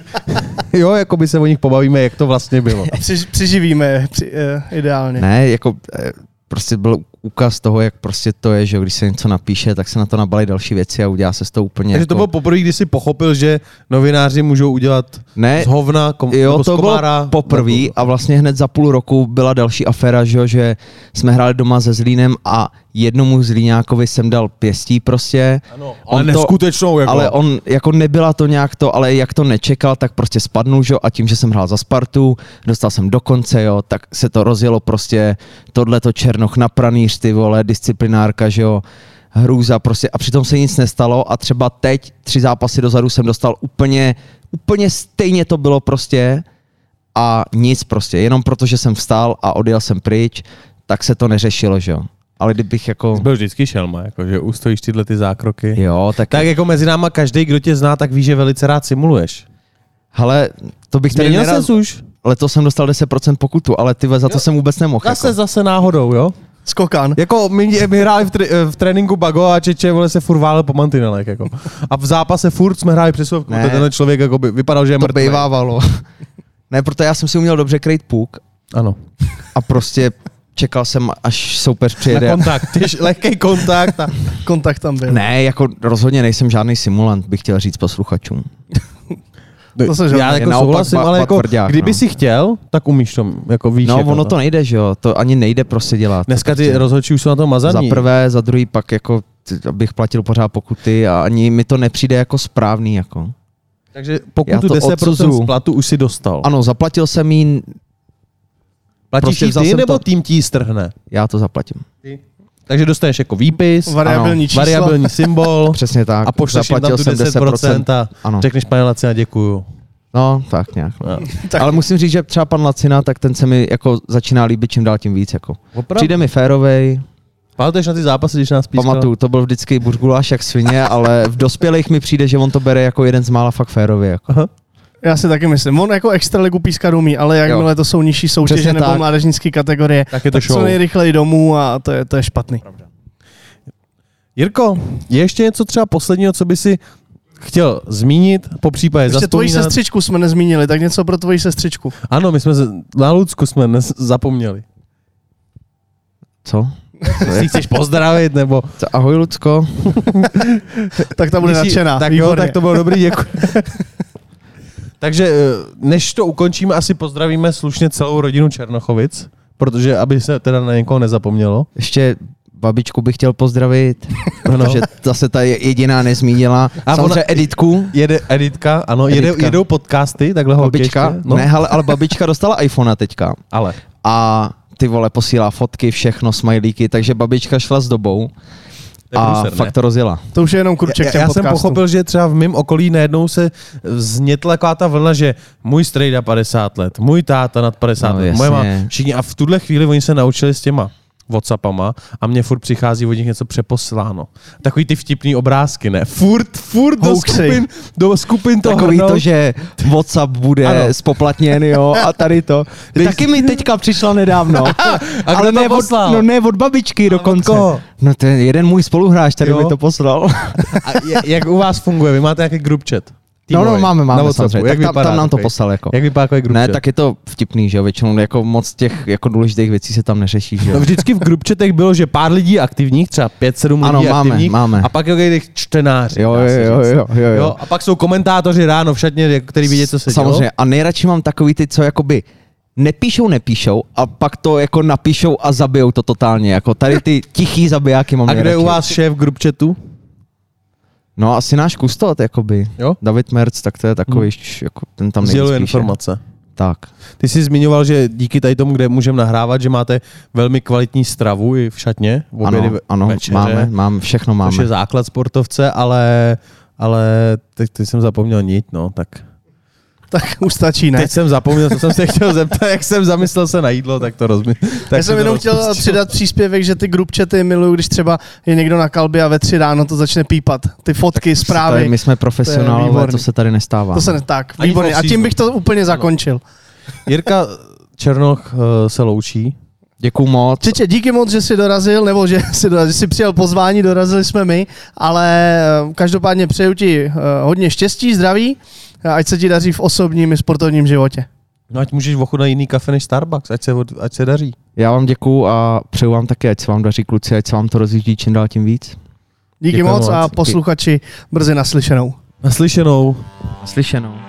Jo, jakoby se o nich pobavíme, jak to vlastně bylo. Přiživíme ideálně. Ne, jako prostě byl ukaz toho, jak prostě to je, že když se něco napíše, tak se na to nabalí další věci a udělá se z toho úplně. Takže jako... to bylo poprvé, kdy jsi pochopil, že novináři můžou udělat z hovna, jo, to bylo poprvé a vlastně hned za půl roku byla další aféra, že jsme hráli doma se Zlínem a jednomu Zlíňákovi jsem dal pěstí prostě. Ano, ale neskutečnou. Jako. Ale on, jako nebyla to nějak to, ale jak to nečekal, tak prostě spadnul, že? A tím, že jsem hrál za Spartu, dostal jsem do konce, jo, tak se to rozjelo prostě tohleto Černoch na pranýř, ty vole, disciplinárka, že jo, hrůza prostě a přitom se nic nestalo a třeba teď 3 zápasy dozadu jsem dostal úplně stejně to bylo prostě a nic prostě, jenom protože jsem vstál a odjel jsem pryč, tak se to neřešilo, že jo. Ale kdybych jako... Jsi byl vždycky šelma, jako, že ustojíš tyhle ty zákroky. Jo, tak jako mezi náma každý, kdo tě zná, tak ví, že velice rád simuluješ. Hele, to bych tady nerad... už. Letos jsem dostal 10% pokutu, ale ty za to jsem vůbec nemohl. Zase náhodou, jo? Skokan. Jako my hráli v tréninku Bago a Čeče vole se furt válel po mantinelech, jako. A v zápase furt jsme hráli přesovku. Tenhle člověk jako by vypadal, že je mrtvý. To bejvávalo. Ne, protože já jsem si uměl dobře krejt puk. Ano. A prostě čekal jsem, až soupeř přijede. Na kontakt, lehký kontakt. Kontakt tam byl. Ne, jako rozhodně nejsem žádný simulant, bych chtěl říct posluchačům. Já jako souhlasím, ale jako, tvrdák, kdyby si chtěl, tak umíš to, jako víš. No, jako ono to nejde, že jo, to ani nejde prostě dělat. Dneska ty rozhodčí už jsou na to mazaný. Za prvé, za druhý pak jako, abych platil pořád pokuty a ani mi to nepřijde jako správný, jako. Takže pokutu 10% z platu už si dostal. Ano, zaplatil jsem jí. Platíš prostě ty, nebo tým ti strhne? Já to zaplatím. Takže dostaneš jako výpis, variabilní symbol. Přesně tak. A pošleš jim tam tu 10% a ano. Řekneš pane Lacina děkuju. No, tak nějak. No. Ale musím říct, že třeba pan Lacina, tak ten se mi jako začíná líbit čím dál tím víc. Jako. Přijde mi férovej. Pamatuješ na ty zápasy, když nás pískal? Pamatuju, to byl vždycky buřguláš jak svině, ale v dospělých mi přijde, že on to bere jako jeden z mála fakt férově. Jako. Já si taky myslím. On jako extraligu pískat umí, ale jakmile to jsou nižší soutěže přesně nebo tak. mládežnické kategorie, Tak je to tak co show. nejrychleji domů a to je špatný. Jirko, je ještě něco třeba posledního, co by si chtěl zmínit, po případě Ještě tvoji zazpomínat? sestřičku jsme nezmínili, tak něco pro tvoji sestřičku. Ano, my jsme na Lucku jsme zapomněli. Co? Jestli chceš pozdravit, nebo... Ahoj, Lucko. Tak ta bude nadšená. Tak Výborně. jo, tak to bylo dobrý, děkuji. Takže než to ukončíme, asi pozdravíme slušně celou rodinu Černochovic, protože aby se teda na někoho nezapomnělo. Ještě babičku bych chtěl pozdravit, protože zase ta jediná nezmínila. A samozřejmě Editku. Jede Editka, ano, Editka. jedou podcasty, takhle holky Babička, ještě, no. ne, ale babička dostala iPhone teďka. Ale. A ty vole posílá fotky, všechno, smajlíky, takže babička šla s dobou a průser, fakt to rozjela. To už je jenom kurček Já jsem pochopil, že třeba v mém okolí najednou se vznětla taková ta vlna, že můj strejda 50 let, můj táta nad 50 let, moje má všichni a v tuhle chvíli oni se naučili s těma WhatsAppama a mně furt přichází od nich něco přeposláno. Takový ty vtipný obrázky, ne? Furt do skupin to takový hrnou. to, že WhatsApp bude spoplatněn, jo, a tady to. Taky mi teďka přišla nedávno. Ale ne od babičky dokonce. No to je jeden můj spoluhráč, tady mi to poslal. A jak u vás funguje? Vy máte nějaký group chat? No, máme samozřejmě. Tak tam nám to poslal. Jako. Jak vypadá takový group Ne, chat? tak je to vtipný, že jo, většinou jako moc těch jako důležitých věcí se tam neřeší, že jo. No vždycky v group chatech bylo, že pár lidí aktivních, třeba 5-7 lidí aktivních. Máme. A pak je těch čtenáři. Jo. A pak jsou komentátoři ráno v šatně, který vidí, co se dělo. Samozřejmě. A nejradši mám takový ty, co jakoby nepíšou a pak to jako napíšou a zabijou to totálně. Jako tady ty tichý zabijáky mám. A kde je u vás šéf group chatu? No asi náš kustot, jakoby. Jo? David Merc, tak to je takový, jako ten tam nejvíc Sděluje píše. informace. Tak. Ty jsi zmiňoval, že díky tady tomu, kde můžeme nahrávat, že máte velmi kvalitní stravu i v šatně. Ano, večeře, máme, všechno máme. Což je základ sportovce, ale teď jsem zapomněl nit, no, tak... Tak už stačí, ne? Teď jsem zapomněl, co jsem se chtěl zeptat, jak jsem zamyslel se na jídlo, tak to Já jsem jenom chtěl přidat příspěvek, že ty group chaty miluju, když třeba je někdo na kalbě a ve 3 ráno to začne pípat. Ty fotky, zprávy. My jsme profesionálové, to se tady nestává. To se tak, výborně. A tím bych to úplně zakončil. Jirka Černoch se loučí. Děkuju moc. Čiče, díky moc, že jsi dorazil, nebo že jsi přijal pozvání, dorazili jsme my, ale každopádně přeju ti hodně štěstí, zdraví, ať se ti daří v osobním i sportovním životě. No ať můžeš ochutnat jiný kafe než Starbucks, ať se daří. Já vám děkuju a přeju vám taky, ať se vám daří, kluci, ať se vám to rozjíždí čím dál tím víc. Díky moc a posluchači brzy naslyšenou. Naslyšenou. Naslyšenou.